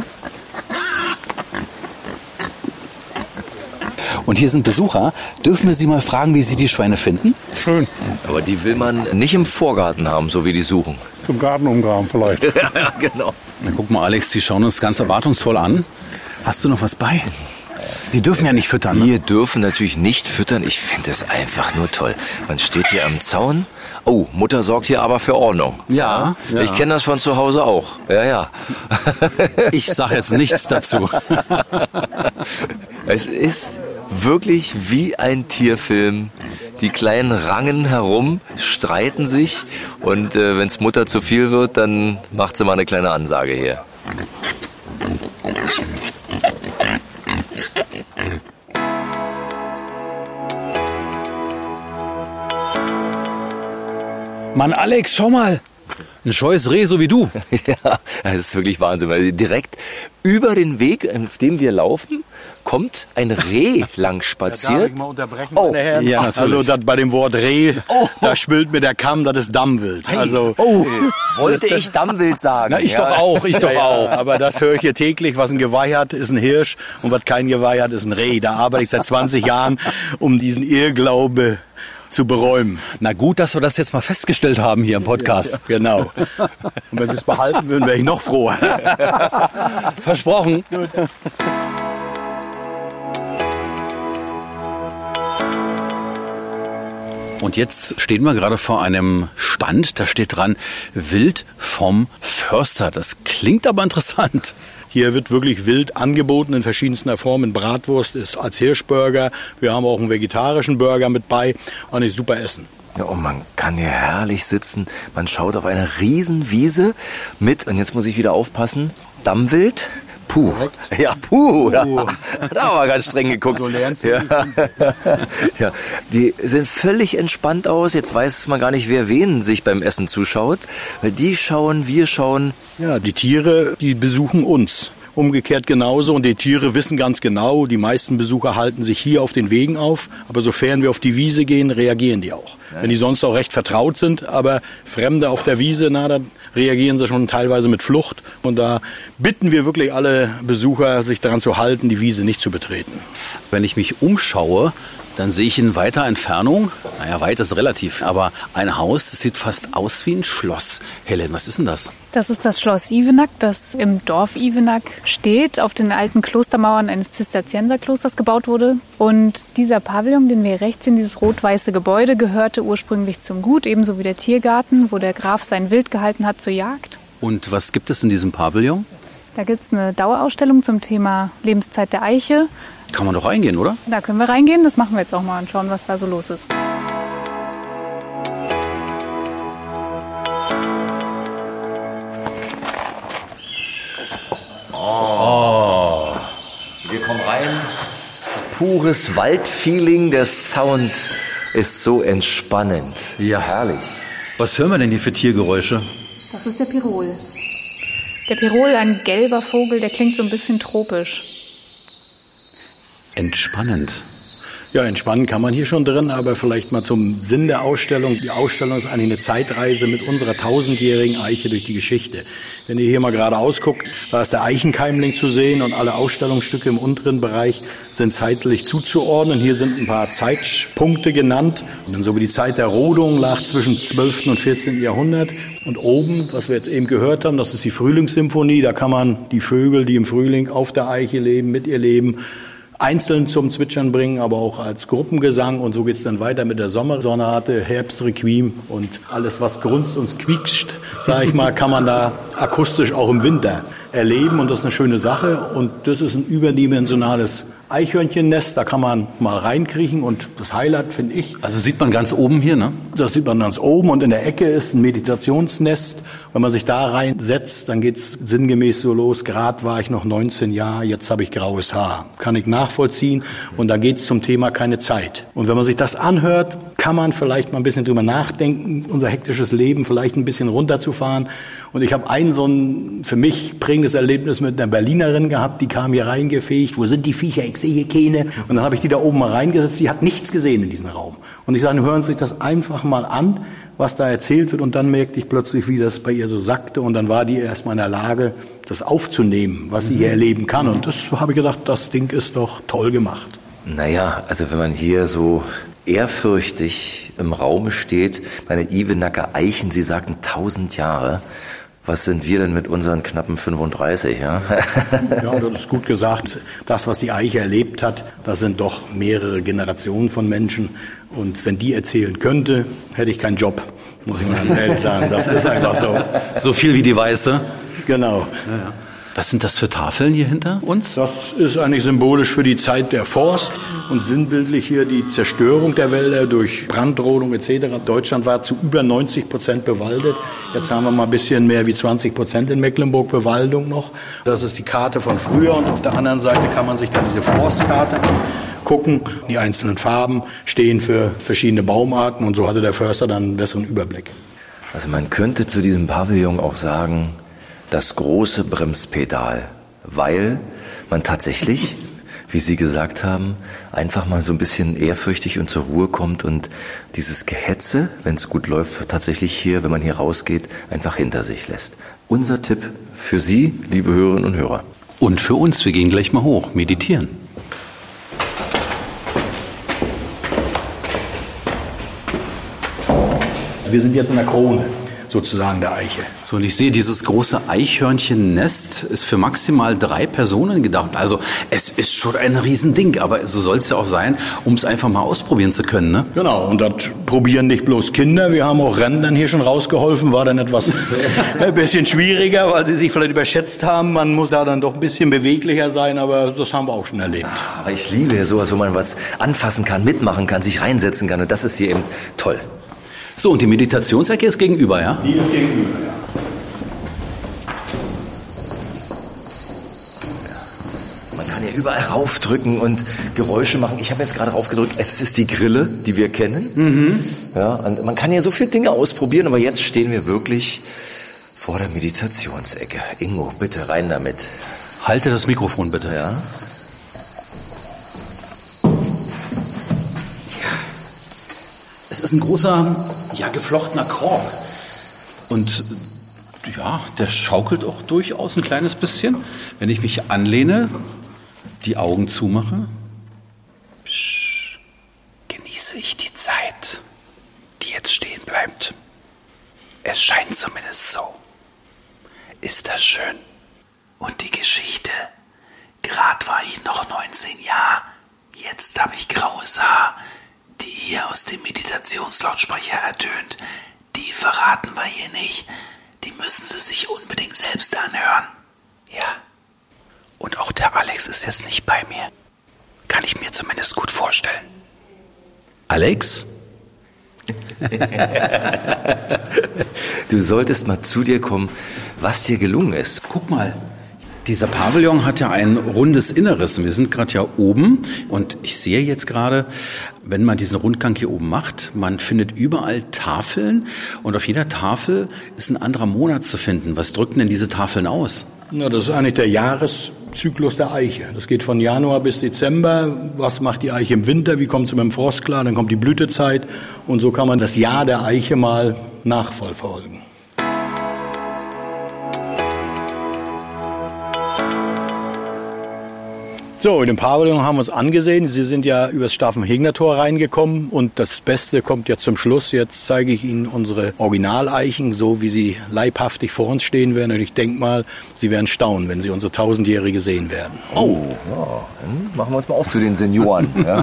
Und hier sind Besucher. Dürfen wir Sie mal fragen, wie Sie die Schweine finden? Schön. Aber die will man nicht im Vorgarten haben, so wie die suchen. Zum Garten umgraben vielleicht. Ja, genau. Na, guck mal, Alex, die schauen uns ganz erwartungsvoll an. Hast du noch was bei? Die dürfen ja nicht füttern. Ne? Wir dürfen natürlich nicht füttern. Ich finde es einfach nur toll. Man steht hier am Zaun. Oh, Mutter sorgt hier aber für Ordnung. Ja. Ich kenne das von zu Hause auch. Ja. Ich sage jetzt nichts dazu. Es ist wirklich wie ein Tierfilm. Die Kleinen rangen herum, streiten sich und wenn es Mutter zu viel wird, dann macht sie mal eine kleine Ansage hier. Mann, Alex, schau mal. Ein scheues Reh, so wie du. Ja, das ist wirklich Wahnsinn. Weil direkt über den Weg, auf dem wir laufen, kommt ein Reh lang spaziert. Darf ich mal unterbrechen, meine Herren? Ja, natürlich. Also bei dem Wort Reh, da schwillt mir der Kamm, das ist Dammwild. Also, wollte ich Dammwild sagen. Na, ich doch auch. Aber das höre ich hier täglich. Was ein Geweih hat, ist ein Hirsch. Und was kein Geweih hat, ist ein Reh. Da arbeite ich seit 20 Jahren, um diesen Irrglaube zu beräumen. Na gut, dass wir das jetzt mal festgestellt haben hier im Podcast. Ja, genau. Und wenn Sie es behalten würden, wäre ich noch froher. Versprochen. Gut. Und jetzt stehen wir gerade vor einem Stand, da steht dran, Wild vom Förster. Das klingt aber interessant. Hier wird wirklich wild angeboten in verschiedenster Form. In Bratwurst ist als Hirschburger. Wir haben auch einen vegetarischen Burger mit bei. Ein super Essen. Ja, und man kann hier herrlich sitzen. Man schaut auf eine Riesenwiese mit, und jetzt muss ich wieder aufpassen, Dammwild. Puh. Ja, puh. Da haben wir ganz streng geguckt. Ja, die sehen völlig entspannt aus. Jetzt weiß man gar nicht, wer wen sich beim Essen zuschaut. Weil die schauen, wir schauen. Ja, die Tiere, die besuchen uns. Umgekehrt genauso. Und die Tiere wissen ganz genau, die meisten Besucher halten sich hier auf den Wegen auf. Aber sofern wir auf die Wiese gehen, reagieren die auch. Wenn die sonst auch recht vertraut sind, aber Fremde auf der Wiese, dann reagieren sie schon teilweise mit Flucht. Und da bitten wir wirklich alle Besucher, sich daran zu halten, die Wiese nicht zu betreten. Wenn ich mich umschaue, dann sehe ich in weiter Entfernung, weit ist relativ, aber ein Haus, das sieht fast aus wie ein Schloss. Helen, was ist denn das? Das ist das Schloss Ivenack, das im Dorf Ivenack steht, auf den alten Klostermauern eines Zisterzienserklosters gebaut wurde. Und dieser Pavillon, den wir rechts sehen, dieses rot-weiße Gebäude, gehörte ursprünglich zum Gut, ebenso wie der Tiergarten, wo der Graf sein Wild gehalten hat zur Jagd. Und was gibt es in diesem Pavillon? Da gibt es eine Dauerausstellung zum Thema Lebenszeit der Eiche. Kann man doch reingehen, oder? Da können wir reingehen, das machen wir jetzt auch mal und schauen, was da so los ist. Oh, wir kommen rein. Pures Waldfeeling, der Sound ist so entspannend. Ja, herrlich. Was hören wir denn hier für Tiergeräusche? Das ist der Pirol. Der Pirol, ein gelber Vogel, der klingt so ein bisschen tropisch. Entspannend. Ja, entspannen kann man hier schon drin, aber vielleicht mal zum Sinn der Ausstellung. Die Ausstellung ist eigentlich eine Zeitreise mit unserer 1000-jährigen Eiche durch die Geschichte. Wenn ihr hier mal geradeaus guckt, da ist der Eichenkeimling zu sehen und alle Ausstellungsstücke im unteren Bereich sind zeitlich zuzuordnen. Hier sind ein paar Zeitpunkte genannt. Und so wie die Zeit der Rodung lag zwischen 12. und 14. Jahrhundert. Und oben, was wir jetzt eben gehört haben, das ist die Frühlingssymphonie. Da kann man die Vögel, die im Frühling auf der Eiche leben, mit ihr leben, einzeln zum Zwitschern bringen, aber auch als Gruppengesang. Und so geht's dann weiter mit der Sommersonate, Herbstrequiem und alles, was grunzt und quietscht, sage ich mal, kann man da akustisch auch im Winter erleben. Und das ist eine schöne Sache. Und das ist ein überdimensionales Eichhörnchennest, da kann man mal reinkriechen und das Highlight finde ich. Also sieht man ganz oben hier, ne? Das sieht man ganz oben und in der Ecke ist ein Meditationsnest. Wenn man sich da reinsetzt, dann geht's sinngemäß so los. Gerade war ich noch 19 Jahre, jetzt habe ich graues Haar. Kann ich nachvollziehen und da geht's zum Thema keine Zeit. Und wenn man sich das anhört, kann man vielleicht mal ein bisschen drüber nachdenken, unser hektisches Leben vielleicht ein bisschen runterzufahren. Und ich habe ein so ein für mich prägendes Erlebnis mit einer Berlinerin gehabt, die kam hier reingefegt. Wo sind die Viecher? Ich sehe hier keine. Und dann habe ich die da oben mal reingesetzt. Die hat nichts gesehen in diesem Raum. Und ich sage, hören Sie sich das einfach mal an, was da erzählt wird. Und dann merkte ich plötzlich, wie das bei ihr so sackte. Und dann war die erst mal in der Lage, das aufzunehmen, was sie hier erleben kann. Und das habe ich gedacht, das Ding ist doch toll gemacht. Naja, also wenn man hier so ehrfürchtig im Raum steht, meine Ivenacker Eichen, Sie sagten 1000 Jahre. Was sind wir denn mit unseren knappen 35, ja? Ja, das ist gut gesagt. Das, was die Eiche erlebt hat, das sind doch mehrere Generationen von Menschen. Und wenn die erzählen könnte, hätte ich keinen Job, muss ich mal ganz ehrlich sagen. Das ist einfach so. So viel wie die Weiße? Genau. Ja. Was sind das für Tafeln hier hinter uns? Das ist eigentlich symbolisch für die Zeit der Forst und sinnbildlich hier die Zerstörung der Wälder durch Brandrodung etc. Deutschland war zu über 90% bewaldet. Jetzt haben wir mal ein bisschen mehr wie 20% in Mecklenburg Bewaldung noch. Das ist die Karte von früher und auf der anderen Seite kann man sich dann diese Forstkarte gucken. Die einzelnen Farben stehen für verschiedene Baumarten und so hatte der Förster dann einen besseren Überblick. Also man könnte zu diesem Pavillon auch sagen, das große Bremspedal, weil man tatsächlich, wie Sie gesagt haben, einfach mal so ein bisschen ehrfürchtig und zur Ruhe kommt und dieses Gehetze, wenn es gut läuft, tatsächlich hier, wenn man hier rausgeht, einfach hinter sich lässt. Unser Tipp für Sie, liebe Hörerinnen und Hörer. Und für uns, wir gehen gleich mal hoch, meditieren. Wir sind jetzt in der Krone. sozusagen der Eiche. So, und ich sehe, dieses große Eichhörnchennest ist für maximal 3 Personen gedacht. Also es ist schon ein Riesending, aber so soll es ja auch sein, um es einfach mal ausprobieren zu können, ne? Genau, und das probieren nicht bloß Kinder. Wir haben auch Rentnern hier schon rausgeholfen, war dann etwas ein bisschen schwieriger, weil sie sich vielleicht überschätzt haben. Man muss da dann doch ein bisschen beweglicher sein, aber das haben wir auch schon erlebt. Aber ich liebe ja sowas, wo man was anfassen kann, mitmachen kann, sich reinsetzen kann. Und das ist hier eben toll. So, und die Meditationsecke ist gegenüber, ja? Die ist gegenüber, ja. Man kann ja überall raufdrücken und Geräusche machen. Ich habe jetzt gerade raufgedrückt, es ist die Grille, die wir kennen. Ja, und man kann ja so viele Dinge ausprobieren, aber jetzt stehen wir wirklich vor der Meditationsecke. Ingo, bitte rein damit. Halte das Mikrofon bitte. Ja. Es ist ein großer, geflochtener Korb. Und ja, der schaukelt auch durchaus ein kleines bisschen. Wenn ich mich anlehne, die Augen zumache, genieße ich die Zeit, die jetzt stehen bleibt. Es scheint zumindest so. Ist das schön? Und die Geschichte. Gerade war ich noch 19 Jahre, jetzt habe ich graues Haar, die hier aus dem Meditationslautsprecher ertönt. Die verraten wir hier nicht. Die müssen Sie sich unbedingt selbst anhören. Ja. Und auch der Alex ist jetzt nicht bei mir. Kann ich mir zumindest gut vorstellen. Alex? Du solltest mal zu dir kommen, was dir gelungen ist. Guck mal. Dieser Pavillon hat ja ein rundes Inneres. Wir sind gerade ja oben und ich sehe jetzt gerade, wenn man diesen Rundgang hier oben macht, man findet überall Tafeln und auf jeder Tafel ist ein anderer Monat zu finden. Was drücken denn diese Tafeln aus? Ja, das ist eigentlich der Jahreszyklus der Eiche. Das geht von Januar bis Dezember. Was macht die Eiche im Winter? Wie kommt sie mit dem Frost klar? Dann kommt die Blütezeit und so kann man das Jahr der Eiche mal nachverfolgen. So, in dem Pavillon haben wir uns angesehen. Sie sind ja übers Staffenhegner-Tor reingekommen und das Beste kommt ja zum Schluss. Jetzt zeige ich Ihnen unsere Originaleichen, so wie sie leibhaftig vor uns stehen werden. Und ich denke mal, Sie werden staunen, wenn Sie unsere 1000-Jährige sehen werden. Oh, ja, dann machen wir uns mal auf zu den Senioren. Ja.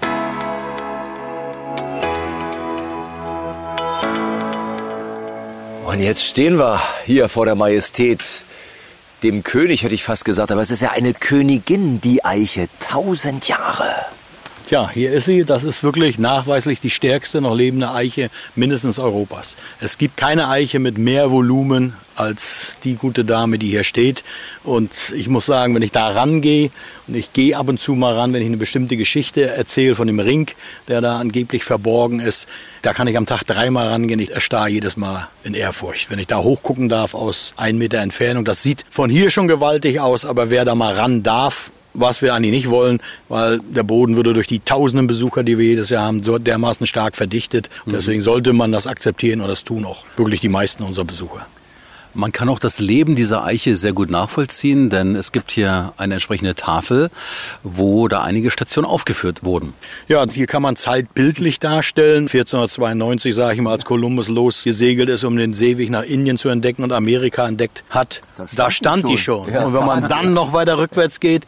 Und jetzt stehen wir hier vor der Majestät, dem König hätte ich fast gesagt, aber es ist ja eine Königin, die Eiche, 1000 Jahre. Tja, hier ist sie. Das ist wirklich nachweislich die stärkste noch lebende Eiche mindestens Europas. Es gibt keine Eiche mit mehr Volumen als die gute Dame, die hier steht. Und ich muss sagen, wenn ich da rangehe, und ich gehe ab und zu mal ran, wenn ich eine bestimmte Geschichte erzähle von dem Ring, der da angeblich verborgen ist, da kann ich am Tag 3-mal rangehen. Ich erstarre jedes Mal in Ehrfurcht. Wenn ich da hochgucken darf aus 1 Meter Entfernung, das sieht von hier schon gewaltig aus, aber wer da mal ran darf, was wir eigentlich nicht wollen, weil der Boden würde durch die tausenden Besucher, die wir jedes Jahr haben, so dermaßen stark verdichtet. Und deswegen sollte man das akzeptieren und das tun auch wirklich die meisten unserer Besucher. Man kann auch das Leben dieser Eiche sehr gut nachvollziehen, denn es gibt hier eine entsprechende Tafel, wo da einige Stationen aufgeführt wurden. Ja, hier kann man Zeit bildlich darstellen. 1492, sage ich mal, als Kolumbus losgesegelt ist, um den Seeweg nach Indien zu entdecken und Amerika entdeckt hat, da stand die schon. Ja, und wenn man dann noch weiter rückwärts geht,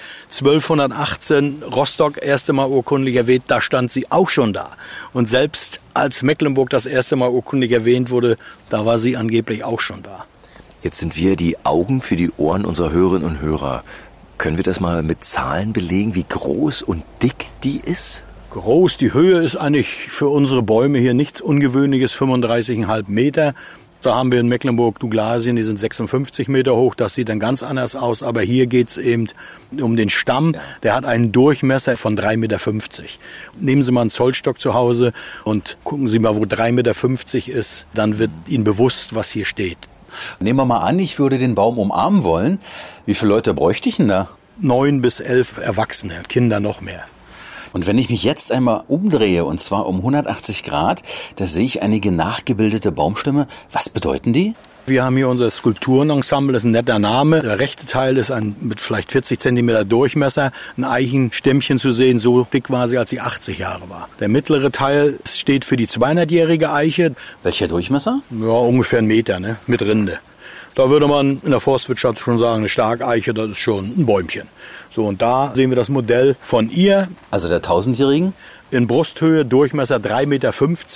1218, Rostock, erste Mal urkundlich erwähnt, da stand sie auch schon da. Und selbst als Mecklenburg das erste Mal urkundlich erwähnt wurde, da war sie angeblich auch schon da. Jetzt sind wir die Augen für die Ohren unserer Hörerinnen und Hörer. Können wir das mal mit Zahlen belegen, wie groß und dick die ist? Groß, die Höhe ist eigentlich für unsere Bäume hier nichts Ungewöhnliches, 35,5 Meter. Da haben wir in Mecklenburg-Douglasien, die sind 56 Meter hoch, das sieht dann ganz anders aus. Aber hier geht's eben um den Stamm, der hat einen Durchmesser von 3,50 Meter. Nehmen Sie mal einen Zollstock zu Hause und gucken Sie mal, wo 3,50 Meter ist, dann wird Ihnen bewusst, was hier steht. Nehmen wir mal an, ich würde den Baum umarmen wollen. Wie viele Leute bräuchte ich denn da? 9 bis 11 Erwachsene, Kinder noch mehr. Und wenn ich mich jetzt einmal umdrehe, und zwar um 180 Grad, da sehe ich einige nachgebildete Baumstämme. Was bedeuten die? Wir haben hier unser Skulpturenensemble, das ist ein netter Name. Der rechte Teil ist mit vielleicht 40 Zentimeter Durchmesser, ein Eichenstämmchen zu sehen, so dick war sie, als sie 80 Jahre war. Der mittlere Teil steht für die 200-jährige Eiche. Welcher Durchmesser? Ja, ungefähr 1 Meter, ne? Mit Rinde. Da würde man in der Forstwirtschaft schon sagen, eine Starkeiche, das ist schon ein Bäumchen. So, und da sehen wir das Modell von ihr. Also der 1000-Jährigen? In Brusthöhe, Durchmesser 3,50 Meter.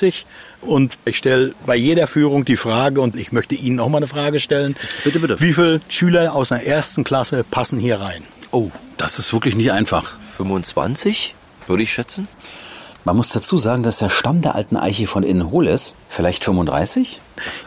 Und ich stelle bei jeder Führung die Frage, und ich möchte Ihnen auch mal eine Frage stellen. Bitte, bitte. Wie viele Schüler aus einer ersten Klasse passen hier rein? Oh, das ist wirklich nicht einfach. 25, würde ich schätzen. Man muss dazu sagen, dass der Stamm der alten Eiche von innen hohl ist. Vielleicht 35?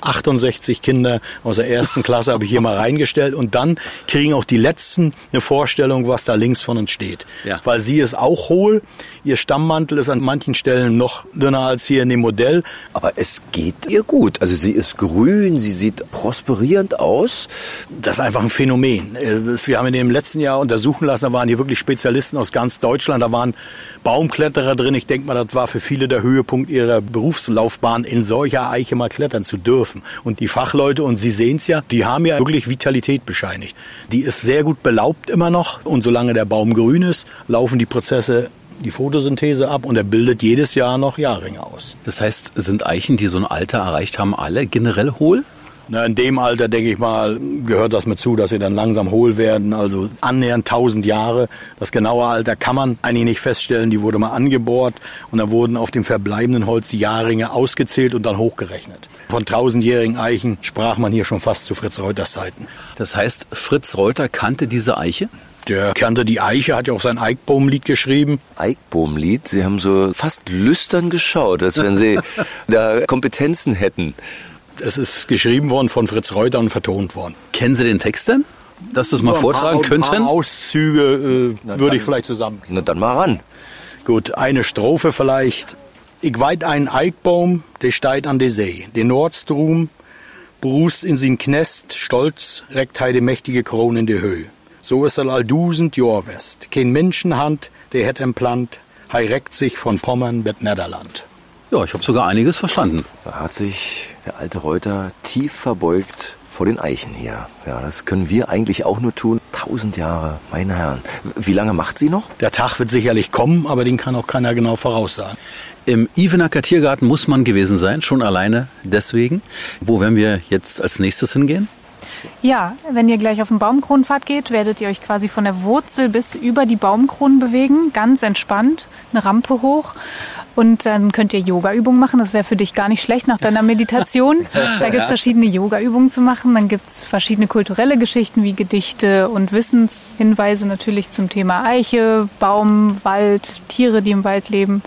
68 Kinder aus der ersten Klasse habe ich hier mal reingestellt. Und dann kriegen auch die Letzten eine Vorstellung, was da links von uns steht. Ja. Weil sie ist auch hohl. Ihr Stammmantel ist an manchen Stellen noch dünner als hier in dem Modell. Aber es geht ihr gut. Also sie ist grün, sie sieht prosperierend aus. Das ist einfach ein Phänomen. Wir haben in dem letzten Jahr untersuchen lassen, da waren hier wirklich Spezialisten aus ganz Deutschland. Da waren Baumkletterer drin. Ich denke mal, das war für viele der Höhepunkt ihrer Berufslaufbahn, in solcher Eiche mal klettern zu dürfen. Und die Fachleute, und Sie sehen es ja, die haben ja wirklich Vitalität bescheinigt. Die ist sehr gut belaubt immer noch. Und solange der Baum grün ist, laufen die Prozesse, die Photosynthese ab, und er bildet jedes Jahr noch Jahrringe aus. Das heißt, sind Eichen, die so ein Alter erreicht haben, alle generell hohl? Na, in dem Alter, denke ich mal, gehört das mit zu, dass sie dann langsam hohl werden. Also annähernd 1000 Jahre. Das genaue Alter kann man eigentlich nicht feststellen. Die wurde mal angebohrt und dann wurden auf dem verbleibenden Holz die Jahrringe ausgezählt und dann hochgerechnet. Von 1000-jährigen Eichen sprach man hier schon fast zu Fritz Reuters Zeiten. Das heißt, Fritz Reuter kannte diese Eiche? Der kannte die Eiche, hat ja auch sein Eichbaumlied geschrieben. Eichbaumlied? Sie haben so fast lüstern geschaut, als wenn Sie da Kompetenzen hätten. Es ist geschrieben worden von Fritz Reuter und vertont worden. Kennen Sie den Text denn? Dass Sie es mal vortragen könnten? Ein paar Auszüge würde ich vielleicht zusammen. Na dann mal ran. Gut, eine Strophe vielleicht. Ich weit einen Eichbaum, der steigt an der See. Den Nordstrom brust in sin Knest, stolz reckt hei die mächtige Krone in die Höhe. So ist er all 1000 Jahr west. Kein Menschenhand, der hätt emplant, hei reckt sich von Pommern mit Nederland. Ja, ich habe sogar einiges verstanden. Da hat sich der alte Reuter tief verbeugt vor den Eichen hier. Ja, das können wir eigentlich auch nur tun. 1000 Jahre, meine Herren. Wie lange macht sie noch? Der Tag wird sicherlich kommen, aber den kann auch keiner genau voraussagen. Im Ivenacker Tiergarten muss man gewesen sein, schon alleine deswegen. Wo werden wir jetzt als nächstes hingehen? Ja, wenn ihr gleich auf den Baumkronenpfad geht, werdet ihr euch quasi von der Wurzel bis über die Baumkronen bewegen. Ganz entspannt, eine Rampe hoch. Und dann könnt ihr Yoga-Übungen machen. Das wäre für dich gar nicht schlecht nach deiner Meditation. Da gibt es verschiedene Yoga-Übungen zu machen. Dann gibt es verschiedene kulturelle Geschichten wie Gedichte und Wissenshinweise natürlich zum Thema Eiche, Baum, Wald, Tiere, die im Wald leben.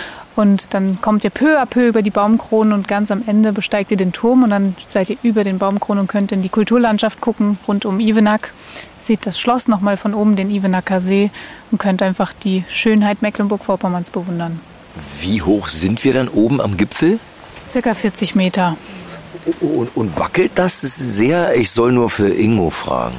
Und dann kommt ihr peu à peu über die Baumkronen und ganz am Ende besteigt ihr den Turm und dann seid ihr über den Baumkronen und könnt in die Kulturlandschaft gucken, rund um Ivenack. Seht das Schloss nochmal von oben, den Ivenacker See, und könnt einfach die Schönheit Mecklenburg-Vorpommerns bewundern. Wie hoch sind wir dann oben am Gipfel? Circa 40 Meter. Und wackelt das sehr? Ich soll nur für Ingo fragen.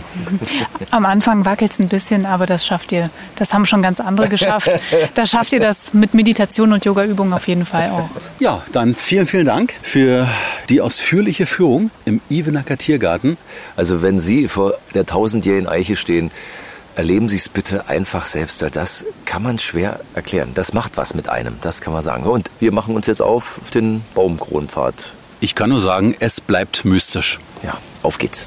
Am Anfang wackelt es ein bisschen, aber das schafft ihr. Das haben schon ganz andere geschafft. Da schafft ihr das mit Meditation und Yoga-Übungen auf jeden Fall auch. Ja, dann vielen, vielen Dank für die ausführliche Führung im Ivenacker Tiergarten. Also wenn Sie vor der 1000-jährigen Eiche stehen, erleben Sie es bitte einfach selbst. Das kann man schwer erklären. Das macht was mit einem, das kann man sagen. Und wir machen uns jetzt auf den Baumkronenpfad. Ich kann nur sagen, es bleibt mystisch. Ja, auf geht's.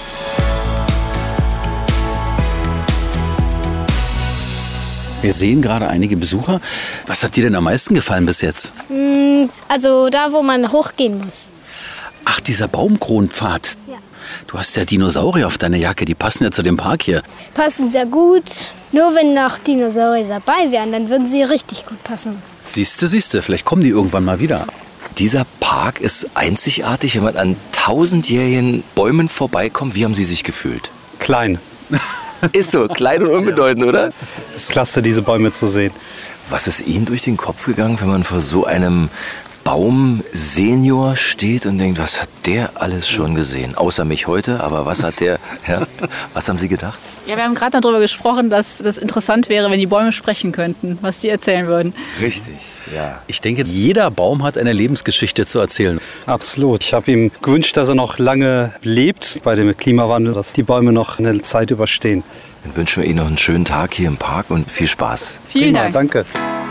Wir sehen gerade einige Besucher. Was hat dir denn am meisten gefallen bis jetzt? Also da, wo man hochgehen muss. Ach, dieser Baumkronenpfad. Ja. Du hast ja Dinosaurier auf deiner Jacke, die passen ja zu dem Park hier. Passen sehr gut. Nur wenn noch Dinosaurier dabei wären, dann würden sie richtig gut passen. Siehste, vielleicht kommen die irgendwann mal wieder. Dieser Park ist einzigartig, wenn man an 1000-jährigen Bäumen vorbeikommt. Wie haben Sie sich gefühlt? Klein. Ist so, klein und unbedeutend, oder? Es ist klasse, diese Bäume zu sehen. Was ist Ihnen durch den Kopf gegangen, wenn man vor so einem Baumsenior steht und denkt, was hat der alles schon gesehen? Außer mich heute, aber was hat der, ja, was haben Sie gedacht? Ja, wir haben gerade darüber gesprochen, dass das interessant wäre, wenn die Bäume sprechen könnten, was die erzählen würden. Richtig, ja. Ich denke, jeder Baum hat eine Lebensgeschichte zu erzählen. Absolut. Ich habe ihm gewünscht, dass er noch lange lebt bei dem Klimawandel, dass die Bäume noch eine Zeit überstehen. Dann wünschen wir Ihnen noch einen schönen Tag hier im Park und viel Spaß. Vielen Dank. Danke.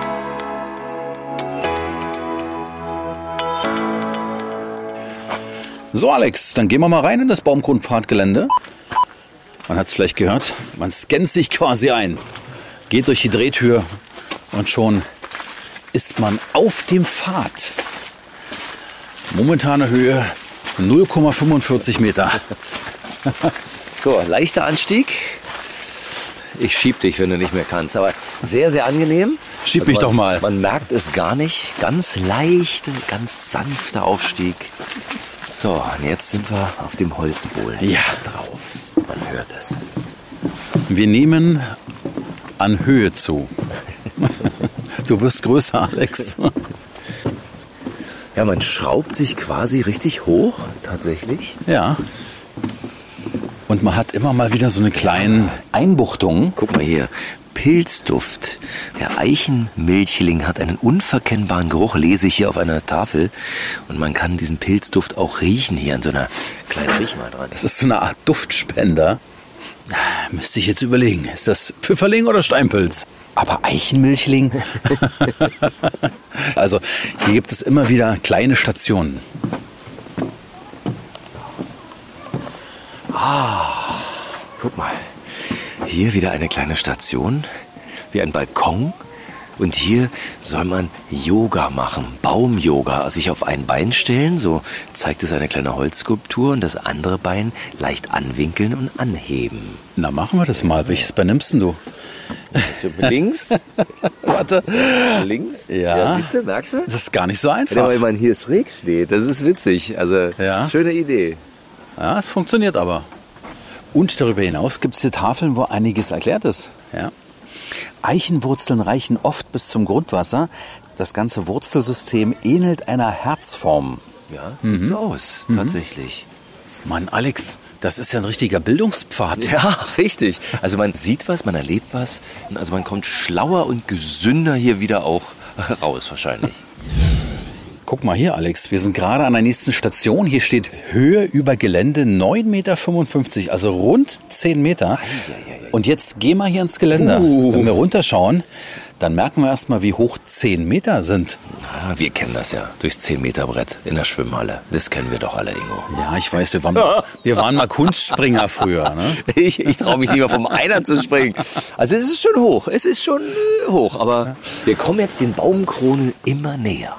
So Alex, dann gehen wir mal rein in das Baumkronpfadgelände. Man hat es vielleicht gehört, man scannt sich quasi ein, geht durch die Drehtür und schon ist man auf dem Pfad. Momentane Höhe 0,45 Meter. So, leichter Anstieg. Ich schieb dich, wenn du nicht mehr kannst, aber sehr, sehr angenehm. Schieb mich doch mal. Man merkt es gar nicht. Ganz leicht, ganz sanfter Aufstieg. So, und jetzt sind wir auf dem Holzbohlen drauf. Man hört es. Wir nehmen an Höhe zu. Du wirst größer, Alex. Ja, man schraubt sich quasi richtig hoch, tatsächlich. Ja. Und man hat immer mal wieder so eine kleine Einbuchtung. Guck mal hier. Pilzduft. Der Eichenmilchling hat einen unverkennbaren Geruch, lese ich hier auf einer Tafel. Und man kann diesen Pilzduft auch riechen hier an so einer kleinen Riech mal dran. Das ist so eine Art Duftspender. Müsste ich jetzt überlegen, ist das Pfifferling oder Steinpilz? Aber Eichenmilchling? Also hier gibt es immer wieder kleine Stationen. Guck mal. Hier wieder eine kleine Station, wie ein Balkon. Und hier soll man Yoga machen, Baum-Yoga. Sich auf ein Bein stellen, so zeigt es eine kleine Holzskulptur. Und das andere Bein leicht anwinkeln und anheben. Na, machen wir das mal. Welches Bein nimmst denn du? So, links. Warte. Links? Ja. Siehst du, merkst du? Das ist gar nicht so einfach. Ja, weil man hier schräg steht. Das ist witzig. Also, schöne Idee. Ja, es funktioniert aber. Und darüber hinaus gibt es hier Tafeln, wo einiges erklärt ist. Ja. Eichenwurzeln reichen oft bis zum Grundwasser. Das ganze Wurzelsystem ähnelt einer Herzform. Ja, sieht so aus, tatsächlich. Mann, Alex, das ist ja ein richtiger Bildungspfad. Ja, richtig. Also man sieht was, man erlebt was. Also man kommt schlauer und gesünder hier wieder auch raus wahrscheinlich. Guck mal hier, Alex, wir sind gerade an der nächsten Station. Hier steht Höhe über Gelände 9,55 Meter, also rund 10 Meter. Und jetzt gehen wir hier ins Geländer. Wenn wir runterschauen, dann merken wir erstmal, wie hoch 10 Meter sind. Ah, wir kennen das ja, durchs 10-Meter-Brett in der Schwimmhalle. Das kennen wir doch alle, Ingo. Ja, ich weiß, wir waren mal Kunstspringer früher. Ne? Ich traue mich nicht mehr vom Einer zu springen. Also es ist schon hoch, aber wir kommen jetzt den Baumkronen immer näher.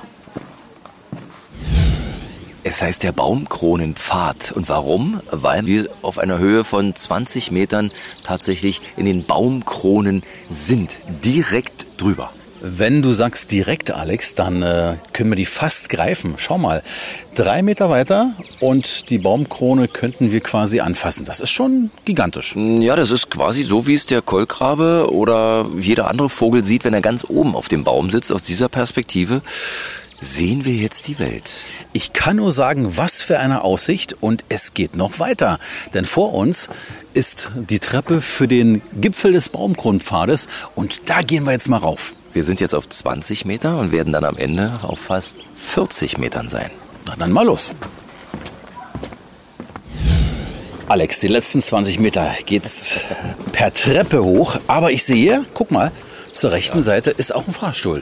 Es heißt der Baumkronenpfad. Und warum? Weil wir auf einer Höhe von 20 Metern tatsächlich in den Baumkronen sind. Direkt drüber. Wenn du sagst direkt, Alex, dann können wir die fast greifen. Schau mal, 3 Meter weiter und die Baumkrone könnten wir quasi anfassen. Das ist schon gigantisch. Ja, das ist quasi so, wie es der Kolkrabe oder jeder andere Vogel sieht, wenn er ganz oben auf dem Baum sitzt. Aus dieser Perspektive sehen wir jetzt die Welt. Ich kann nur sagen, was für eine Aussicht, und es geht noch weiter. Denn vor uns ist die Treppe für den Gipfel des Baumkronenpfades und da gehen wir jetzt mal rauf. Wir sind jetzt auf 20 Meter und werden dann am Ende auf fast 40 Metern sein. Na dann mal los. Alex, die letzten 20 Meter geht's per Treppe hoch, aber ich sehe, guck mal, zur rechten Seite ist auch ein Fahrstuhl.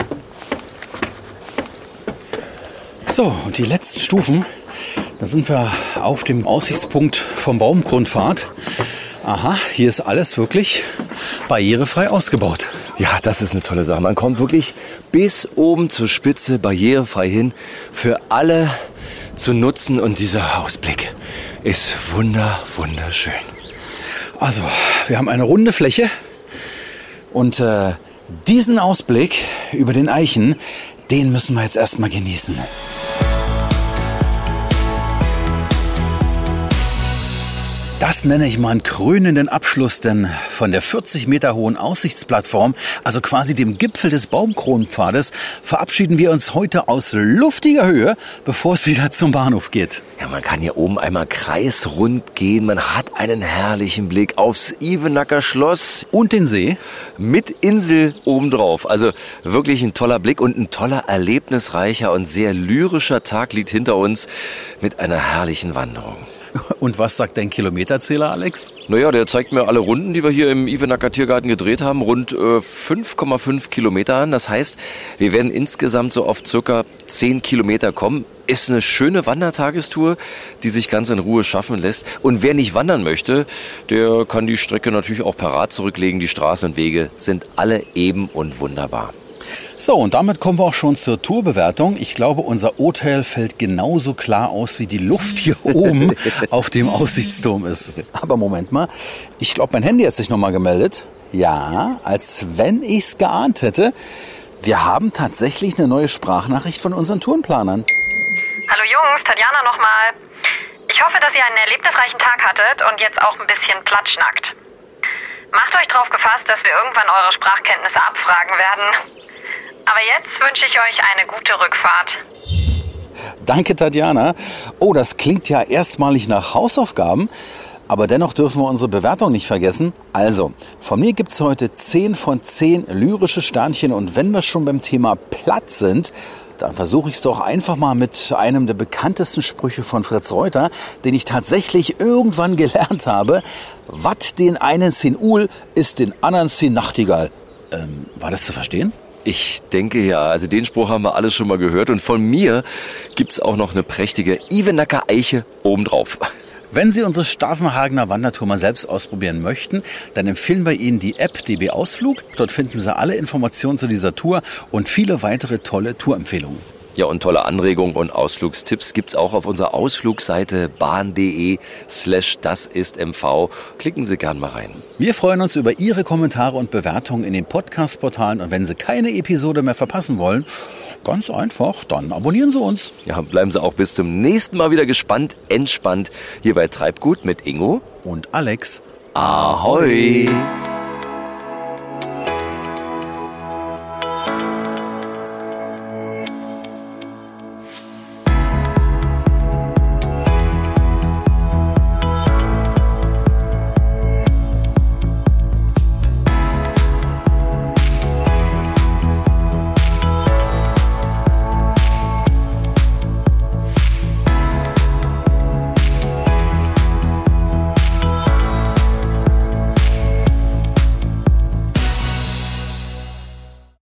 So, und die letzten Stufen, da sind wir auf dem Aussichtspunkt vom Baumkronenpfad. Aha, hier ist alles wirklich barrierefrei ausgebaut. Ja, das ist eine tolle Sache. Man kommt wirklich bis oben zur Spitze barrierefrei hin, für alle zu nutzen. Und dieser Ausblick ist wunderschön. Also, wir haben eine runde Fläche und diesen Ausblick über den Eichen, den müssen wir jetzt erstmal genießen. Das das nenne ich mal einen krönenden Abschluss, denn von der 40 Meter hohen Aussichtsplattform, also quasi dem Gipfel des Baumkronenpfades, verabschieden wir uns heute aus luftiger Höhe, bevor es wieder zum Bahnhof geht. Ja, man kann hier oben einmal kreisrund gehen. Man hat einen herrlichen Blick aufs Ivenacker Schloss. Und den See. Mit Insel obendrauf. Also wirklich ein toller Blick und ein toller, erlebnisreicher und sehr lyrischer Tag liegt hinter uns mit einer herrlichen Wanderung. Und was sagt dein Kilometerzähler, Alex? Naja, der zeigt mir alle Runden, die wir hier im Ivenacker Tiergarten gedreht haben, rund 5,5 Kilometer an. Das heißt, wir werden insgesamt so auf circa 10 Kilometer kommen. Ist eine schöne Wandertagestour, die sich ganz in Ruhe schaffen lässt. Und wer nicht wandern möchte, der kann die Strecke natürlich auch parat zurücklegen. Die Straßen und Wege sind alle eben und wunderbar. So, und damit kommen wir auch schon zur Tourbewertung. Ich glaube, unser Hotel fällt genauso klar aus, wie die Luft hier oben auf dem Aussichtsturm ist. Aber Moment mal, ich glaube, mein Handy hat sich nochmal gemeldet. Ja, als wenn ich's geahnt hätte. Wir haben tatsächlich eine neue Sprachnachricht von unseren Tourenplanern. Hallo Jungs, Tatjana nochmal. Ich hoffe, dass ihr einen erlebnisreichen Tag hattet und jetzt auch ein bisschen platt schnackt. Macht euch drauf gefasst, dass wir irgendwann eure Sprachkenntnisse abfragen werden. Aber jetzt wünsche ich euch eine gute Rückfahrt. Danke, Tatjana. Oh, das klingt ja erstmalig nach Hausaufgaben. Aber dennoch dürfen wir unsere Bewertung nicht vergessen. Also, von mir gibt es heute 10 von 10 lyrische Sternchen. Und wenn wir schon beim Thema platt sind, dann versuche ich es doch einfach mal mit einem der bekanntesten Sprüche von Fritz Reuter, den ich tatsächlich irgendwann gelernt habe. Wat den einen sin Uhl, ist den anderen sin Nachtigall. War das zu verstehen? Ich denke ja, also den Spruch haben wir alle schon mal gehört und von mir gibt's auch noch eine prächtige Ivenacker Eiche obendrauf. Wenn Sie unsere Staffenhagener Wandertour mal selbst ausprobieren möchten, dann empfehlen wir Ihnen die App DB Ausflug. Dort finden Sie alle Informationen zu dieser Tour und viele weitere tolle Tourempfehlungen. Ja, und tolle Anregungen und Ausflugstipps gibt's auch auf unserer Ausflugseite bahn.de/dasistmv. Klicken Sie gern mal rein. Wir freuen uns über Ihre Kommentare und Bewertungen in den Podcast-Portalen. Und wenn Sie keine Episode mehr verpassen wollen, ganz einfach, dann abonnieren Sie uns. Ja, bleiben Sie auch bis zum nächsten Mal wieder gespannt, entspannt hier bei Treibgut mit Ingo und Alex. Ahoi!